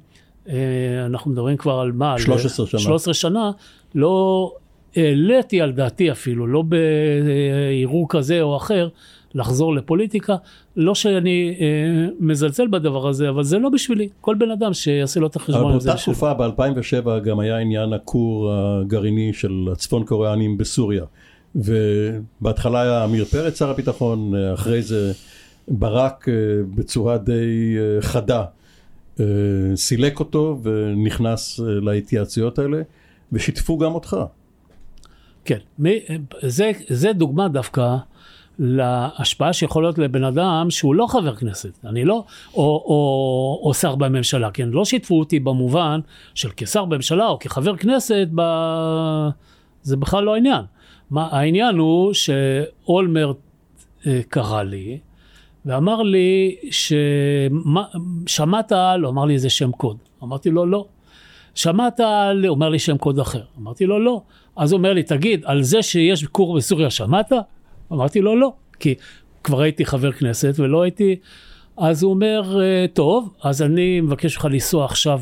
אנחנו מדברים כבר על מה? שלוש עשרה שנה. שלוש עשרה שנה, לא העליתי על דעתי אפילו, לא בעירור כזה או אחר, לחזור לפוליטיקה, לא שאני אה, מזלזל בדבר הזה, אבל זה לא בשבילי, כל בן אדם שיעשה לו את החשבון. אבל באותה תקופה, ב-אלפיים ושבע, גם היה עניין הכור הגרעיני של הצפון קוריאנים בסוריה, ובהתחלה היה אמיר פרץ שר הביטחון, אחרי זה ברק בצורה די חדה, סילק אותו ונכנס להתייעצויות האלה, ושיתפו גם אותך. כן, זה, זה דוגמה דווקא, להשפעה שיכול להיות לבן אדם שהוא לא חבר כנסת, אני לא, או, או, או שר בממשלה, כן, לא שיתפו אותי במובן של כשר בממשלה או כחבר כנסת, ב... זה בכלל לא העניין. מה, העניין הוא שאולמרט אה, קרא לי, ואמר לי, שמה, שמעת, לא, אמר לי איזה שם קוד, אמרתי לו לא, שמעת, הוא אומר לי שם קוד אחר, אמרתי לו לא, אז הוא אומר לי, תגיד, על זה שיש קור בסוריה שמעת? אמרתי לו לא, כי כבר הייתי חבר כנסת ולא הייתי, אז הוא אומר, טוב, אז אני מבקש לך לנסוע עכשיו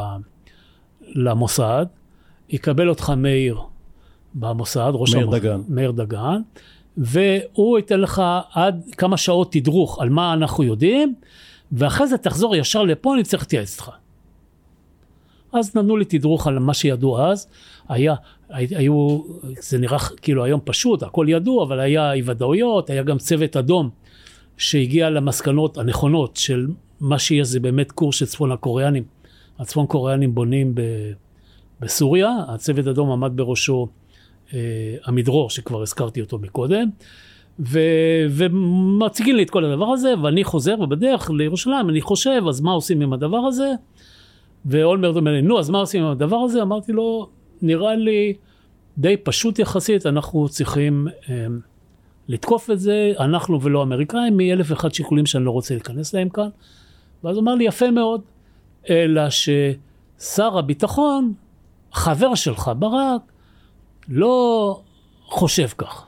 למוסד, יקבל אותך מאיר במוסד, ראש מאיר דגן. מאיר דגן, והוא ייתן לך עד כמה שעות תדרוך על מה אנחנו יודעים, ואחרי זה תחזור ישר לפה, אני צריך להתייעץ איתך. אז נתנו לי תדרוך על מה שידעו אז, היה, היו, זה נראה כאילו היום פשוט, הכל ידעו, אבל היה אי ודאויות, היה גם צוות אדום שהגיע למסקנות הנכונות של מה שיש, זה באמת קורס של צפון הקוריאנים. הצפון קוריאנים בונים ב, בסוריה, הצוות אדום עמד בראשו אה, המדרור, שכבר הזכרתי אותו מקודם, ו, ומציגים לי את כל הדבר הזה, ואני חוזר ובדרך לירושלים, אני חושב, אז מה עושים עם הדבר הזה? ואולמרט אומר לי, נו, אז מה עושים עם הדבר הזה? אמרתי לו, נראה לי די פשוט יחסית, אנחנו צריכים אה, לתקוף את זה, אנחנו ולא אמריקאים, מאלף ואחד שיקולים שאני לא רוצה להיכנס להם כאן. ואז הוא אמר לי, יפה מאוד, אלא ששר הביטחון, חבר שלך ברק, לא חושב כך.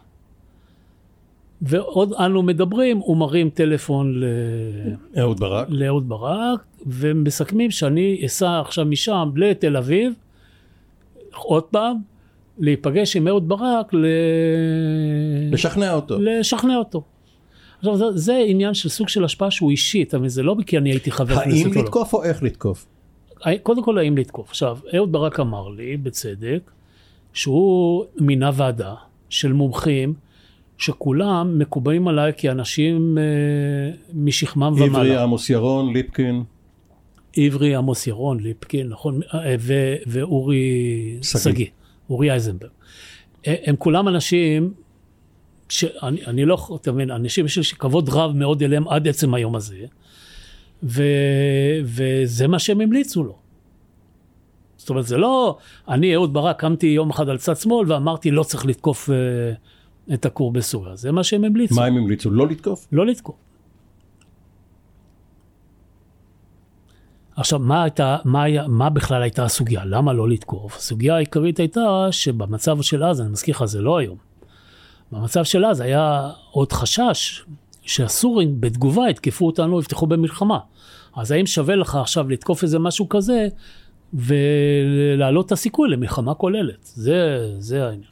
ועוד אנו מדברים, הוא מרים טלפון לאהוד ברק, לאהוד ברק, ומסכמים שאני אסע עכשיו משם לתל אביב, עוד פעם, להיפגש עם אהוד ברק, ל... לשכנע אותו. לשכנע אותו. עכשיו, זה, זה עניין של סוג של השפעה שהוא אישית, אבל זה לא כי אני הייתי חבר כנסת. האם לתקוף או איך לתקוף? קודם כל, האם לתקוף. עכשיו, אהוד ברק אמר לי, בצדק, שהוא מינה ועדה של מומחים, שכולם מקובעים עליי כאנשים אה, משכמם ומעלה. עברי, עמוס ירון, ליפקין. עברי, עמוס ירון, ליפקין, נכון, ו- ואורי סגי, אורי אייזנברג. הם כולם אנשים, שאני, אני לא יכול, תבין, אנשים שיש כבוד רב מאוד אליהם עד עצם היום הזה, ו- וזה מה שהם המליצו לו. זאת אומרת, זה לא, אני, אהוד ברק, קמתי יום אחד על צד שמאל, ואמרתי, לא צריך לתקוף uh, את הכור בסוריה. זה מה שהם המליצו. מה הם המליצו? לא לתקוף? לא לתקוף. עכשיו, מה, הייתה, מה, היה, מה בכלל הייתה הסוגיה? למה לא לתקוף? הסוגיה העיקרית הייתה שבמצב של אז, אני מזכיר לך, זה לא היום. במצב של אז היה עוד חשש שהסורים בתגובה התקפו אותנו, יפתחו במלחמה. אז האם שווה לך עכשיו לתקוף איזה משהו כזה, ולהעלות את הסיכוי למלחמה כוללת? זה, זה העניין.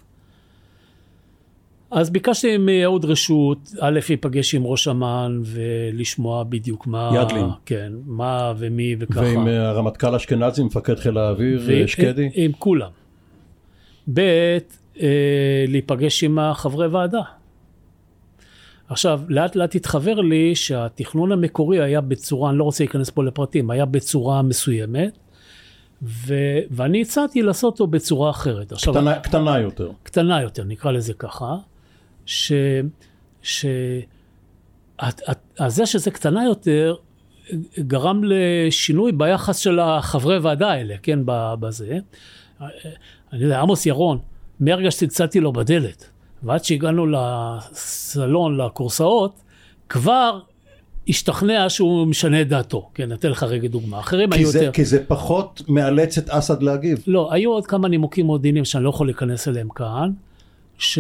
אז ביקשתי מאהוד רשות, א' ייפגש עם ראש אמ"ן ולשמוע בדיוק מה, ידלין. כן, מה ומי וככה. ועם הרמטכ"ל אשכנזי, מפקד חיל האוויר, ו- שקדי? עם, עם כולם. ב' אה, להיפגש עם החברי ועדה. עכשיו, לאט לאט התחבר לי שהתכנון המקורי היה בצורה, אני לא רוצה להיכנס פה לפרטים, היה בצורה מסוימת, ו- ואני הצעתי לעשות אותו בצורה אחרת. עכשיו, קטנה, קטנה יותר. קטנה יותר, נקרא לזה ככה, ש... ש... זה שזה קטנה יותר, גרם לשינוי ביחס של החברי ועדה האלה, כן, בזה. אני יודע, עמוס ירון, מהרגע שצלצלתי לו בדלת, ועד שהגענו לסלון, לקורסאות, כבר השתכנע שהוא משנה את דעתו. כן, נתן לך רגע דוגמה. אחרים היו זה, יותר... כי זה פחות מאלץ את אסד להגיב. לא, היו עוד כמה נימוקים מודיעיניים שאני לא יכול להיכנס אליהם כאן, ש...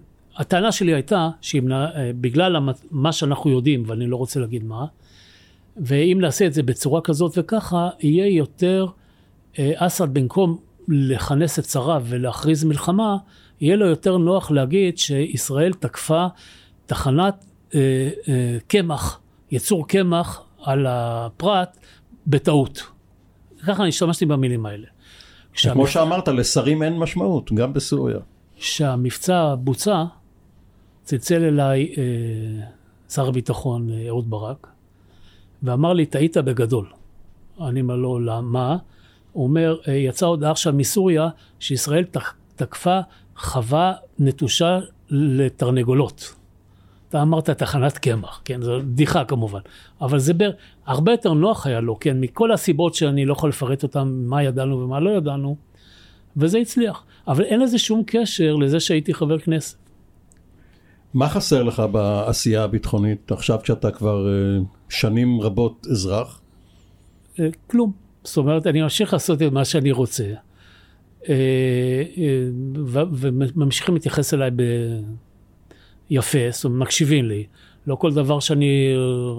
שהטענה שלי הייתה, שבגלל מה שאנחנו יודעים, ואני לא רוצה להגיד מה, ואם נעשה את זה בצורה כזאת וככה, יהיה יותר, אסד במקום לכנס את שריו ולהכריז מלחמה, יהיה לו יותר נוח להגיד שישראל תקפה תחנת אה, אה, קמח, יצור קמח על הפרט בטעות. ככה אני השתמשתי במילים האלה. כמו שאמרת, לשרים אין משמעות, גם בסוריה. כשהמבצע בוצע, צלצל אליי אה, שר הביטחון אהוד ברק, ואמר לי, טעית בגדול. אני אומר לו, למה? הוא אומר, יצא הודעה עכשיו מסוריה, שישראל תקפה חווה נטושה לתרנגולות. אתה אמרת תחנת קמח, כן, זו בדיחה כמובן, אבל זה בר... הרבה יותר נוח היה לו, כן, מכל הסיבות שאני לא יכול לפרט אותם, מה ידענו ומה לא ידענו, וזה הצליח. אבל אין לזה שום קשר לזה שהייתי חבר כנסת. מה חסר לך בעשייה הביטחונית, עכשיו כשאתה כבר שנים רבות אזרח? כלום. זאת אומרת, אני ממשיך לעשות את מה שאני רוצה, וממשיכים להתייחס אליי ביפה, זאת אומרת, מקשיבים לי. לא כל דבר שאני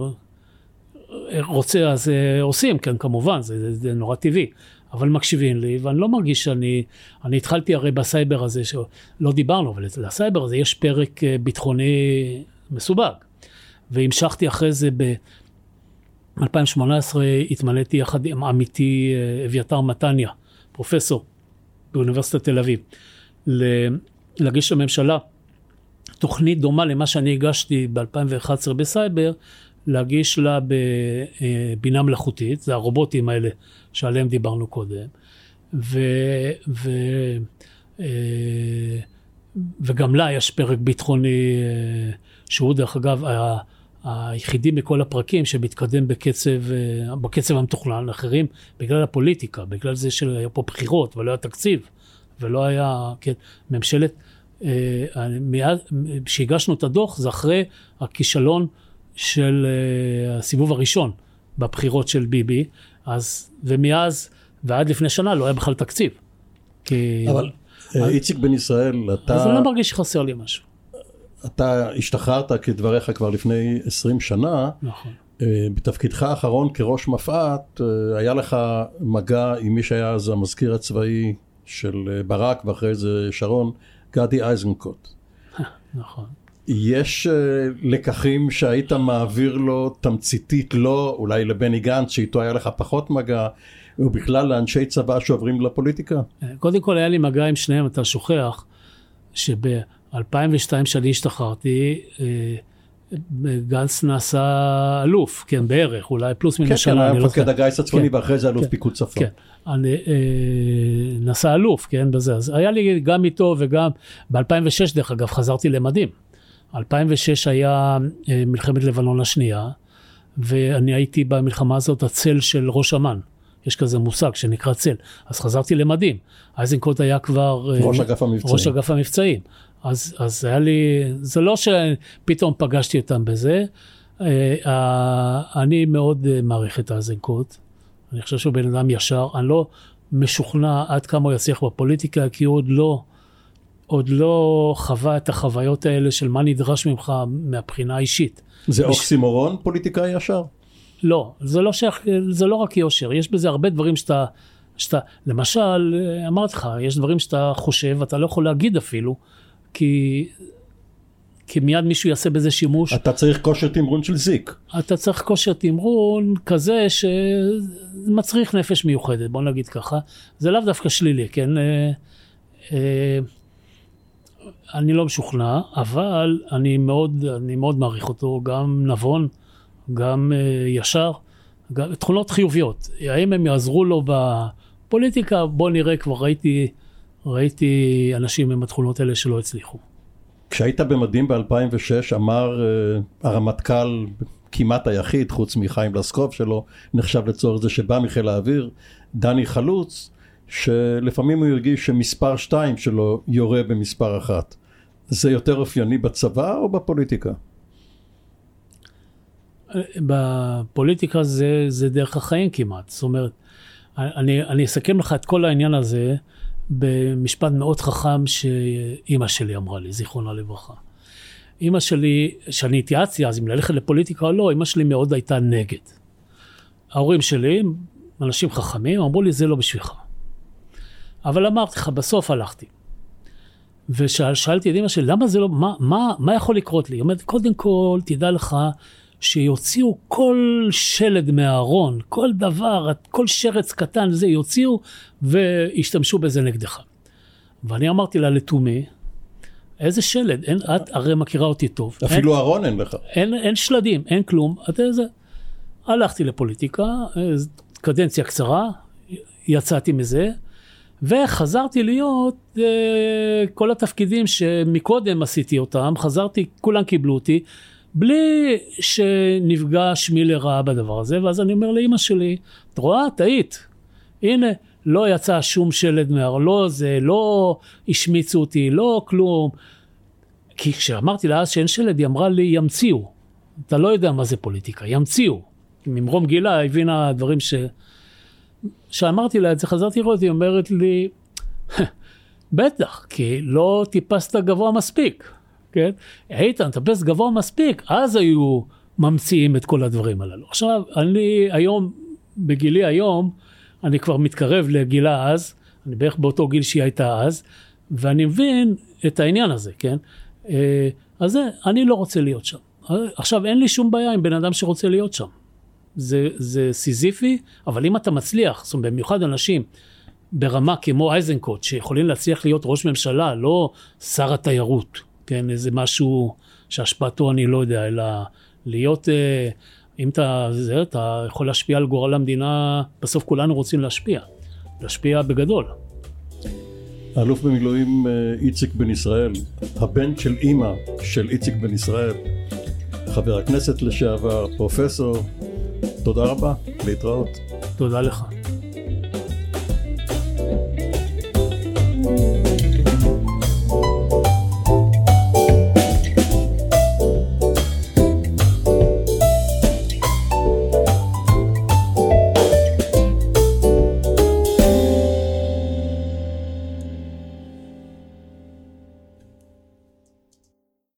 רוצה, אז עושים, כן, כמובן, זה, זה נורא טבעי. אבל מקשיבים לי, ואני לא מרגיש שאני, אני התחלתי הרי בסייבר הזה, שלא דיברנו, אבל לסייבר הזה יש פרק ביטחוני מסובג. והמשכתי אחרי זה ב-אלפיים שמונה עשרה, התמניתי יחד עם עמיתי אביתר מתניה, פרופסור באוניברסיטת תל אביב, להגיש לממשלה תוכנית דומה למה שאני הגשתי ב-אלפיים ואחת עשרה בסייבר, להגיש לה בבינה מלאכותית, זה הרובוטים האלה שעליהם דיברנו קודם, ו, ו, וגם לה יש פרק ביטחוני, שהוא דרך אגב היחידי מכל הפרקים שמתקדם בקצב, בקצב המתוכנן, אחרים בגלל הפוליטיקה, בגלל זה שהיה פה בחירות ולא היה תקציב, ולא היה, כן, ממשלת, שהגשנו את הדוח, זה אחרי הכישלון של הסיבוב הראשון בבחירות של ביבי, אז, ומאז ועד לפני שנה לא היה בכלל תקציב. כי... אבל איציק בן ישראל, אתה... אז אני לא מרגיש שחסר לי משהו. אתה השתחררת כדבריך כבר לפני עשרים שנה. נכון. בתפקידך האחרון כראש מפא"ת, היה לך מגע עם מי שהיה אז המזכיר הצבאי של ברק, ואחרי זה שרון, גדי איזנקוט. נכון. יש לקחים שהיית מעביר לו תמציתית לו, אולי לבני גנץ, שאיתו היה לך פחות מגע, ובכלל לאנשי צבא שעוברים לפוליטיקה? קודם כל היה לי מגע עם שניהם, אתה שוכח, שב-אלפיים ושתיים שאני השתחררתי, גנץ נעשה אלוף, כן, בערך, אולי פלוס מן השנה. כן, היה מפקד הגיס הצפוני, ואחרי זה אלוף פיקוד צפון. כן, נעשה אלוף, כן, בזה. אז היה לי גם איתו וגם, ב-אלפיים ושש דרך אגב, חזרתי למדים. אלפיים ושש היה מלחמת לבנון השנייה, ואני הייתי במלחמה הזאת הצל של ראש אמ"ן. יש כזה מושג שנקרא צל. אז חזרתי למדים. איזנקוט היה כבר... ראש אגף המבצעים. ראש אגף המבצעים. אז, אז היה לי... זה לא שפתאום פגשתי אותם בזה. אני מאוד מעריך את איזנקוט. אני חושב שהוא בן אדם ישר. אני לא משוכנע עד כמה הוא יצליח בפוליטיקה, כי הוא עוד לא... עוד לא חווה את החוויות האלה של מה נדרש ממך מהבחינה האישית. זה אוקסימורון, פוליטיקאי ישר? לא, זה לא שייך, זה לא רק יושר, יש בזה הרבה דברים שאתה, שאתה, למשל, אמרתי לך, יש דברים שאתה חושב, אתה לא יכול להגיד אפילו, כי, כי מיד מישהו יעשה בזה שימוש. אתה צריך כושר תמרון של זיק. אתה צריך כושר תמרון כזה שמצריך נפש מיוחדת, בוא נגיד ככה. זה לאו דווקא שלילי, כן? אני לא משוכנע, אבל אני מאוד, אני מאוד מעריך אותו, גם נבון, גם uh, ישר, גם, תכונות חיוביות. האם הם יעזרו לו בפוליטיקה? בוא נראה, כבר ראיתי, ראיתי אנשים עם התכונות האלה שלא הצליחו. כשהיית במדים ב-אלפיים ושש, אמר uh, הרמטכ"ל, כמעט היחיד, חוץ מחיים לסקוב שלו, נחשב לצורך זה שבא מחיל האוויר, דני חלוץ, שלפעמים הוא הרגיש שמספר שתיים שלו יורה במספר אחת. זה יותר אופייני בצבא או בפוליטיקה? בפוליטיקה זה, זה דרך החיים כמעט. זאת אומרת, אני, אני אסכם לך את כל העניין הזה במשפט מאוד חכם שאימא שלי אמרה לי, זיכרונה לברכה. אימא שלי, שאני התייעצתי אז אם ללכת לפוליטיקה או לא, אימא שלי מאוד הייתה נגד. ההורים שלי, אנשים חכמים, אמרו לי, זה לא בשבילך. אבל אמרתי לך, בסוף הלכתי. ושאלתי את אמא שלי, למה זה לא, מה, מה, מה יכול לקרות לי? היא אומרת, קודם כל, תדע לך, שיוציאו כל שלד מהארון, כל דבר, כל שרץ קטן, זה יוציאו, וישתמשו בזה נגדך. ואני אמרתי לה לתומי, איזה שלד, אין, את הרי מכירה אותי טוב. אפילו אין, ארון אין לך. אין, אין שלדים, אין כלום. את איזה, הלכתי לפוליטיקה, קדנציה קצרה, יצאתי מזה, וחזרתי להיות אה, כל התפקידים שמקודם עשיתי אותם, חזרתי, כולם קיבלו אותי, בלי שנפגע שמי לרעה בדבר הזה, ואז אני אומר לאמא שלי, את רואה, טעית, הנה, לא יצא שום שלד מהר, לא זה, לא השמיצו אותי, לא כלום, כי כשאמרתי לה אז שאין שלד, היא אמרה לי, ימציאו, אתה לא יודע מה זה פוליטיקה, ימציאו, ממרום גילה הבינה דברים ש... שאמרתי לה את זה, חזרתי לראות, היא אומרת לי, בטח, כי לא טיפסת גבוה מספיק, כן? איתן, טיפס גבוה מספיק, אז היו ממציאים את כל הדברים הללו. עכשיו, אני היום, בגילי היום, אני כבר מתקרב לגילה אז, אני בערך באותו גיל שהיא הייתה אז, ואני מבין את העניין הזה, כן? אז זה, אני לא רוצה להיות שם. עכשיו, אין לי שום בעיה עם בן אדם שרוצה להיות שם. זה, זה סיזיפי, אבל אם אתה מצליח, זאת אומרת, במיוחד אנשים ברמה כמו אייזנקוט, שיכולים להצליח להיות ראש ממשלה, לא שר התיירות, כן, איזה משהו שהשפעתו אני לא יודע, אלא להיות, אם אתה, זה, אתה יכול להשפיע על גורל המדינה, בסוף כולנו רוצים להשפיע, להשפיע בגדול. האלוף במילואים איציק בן ישראל, הבן של אמא של איציק בן ישראל, חבר הכנסת לשעבר, פרופסור, תודה רבה, להתראות. תודה לך.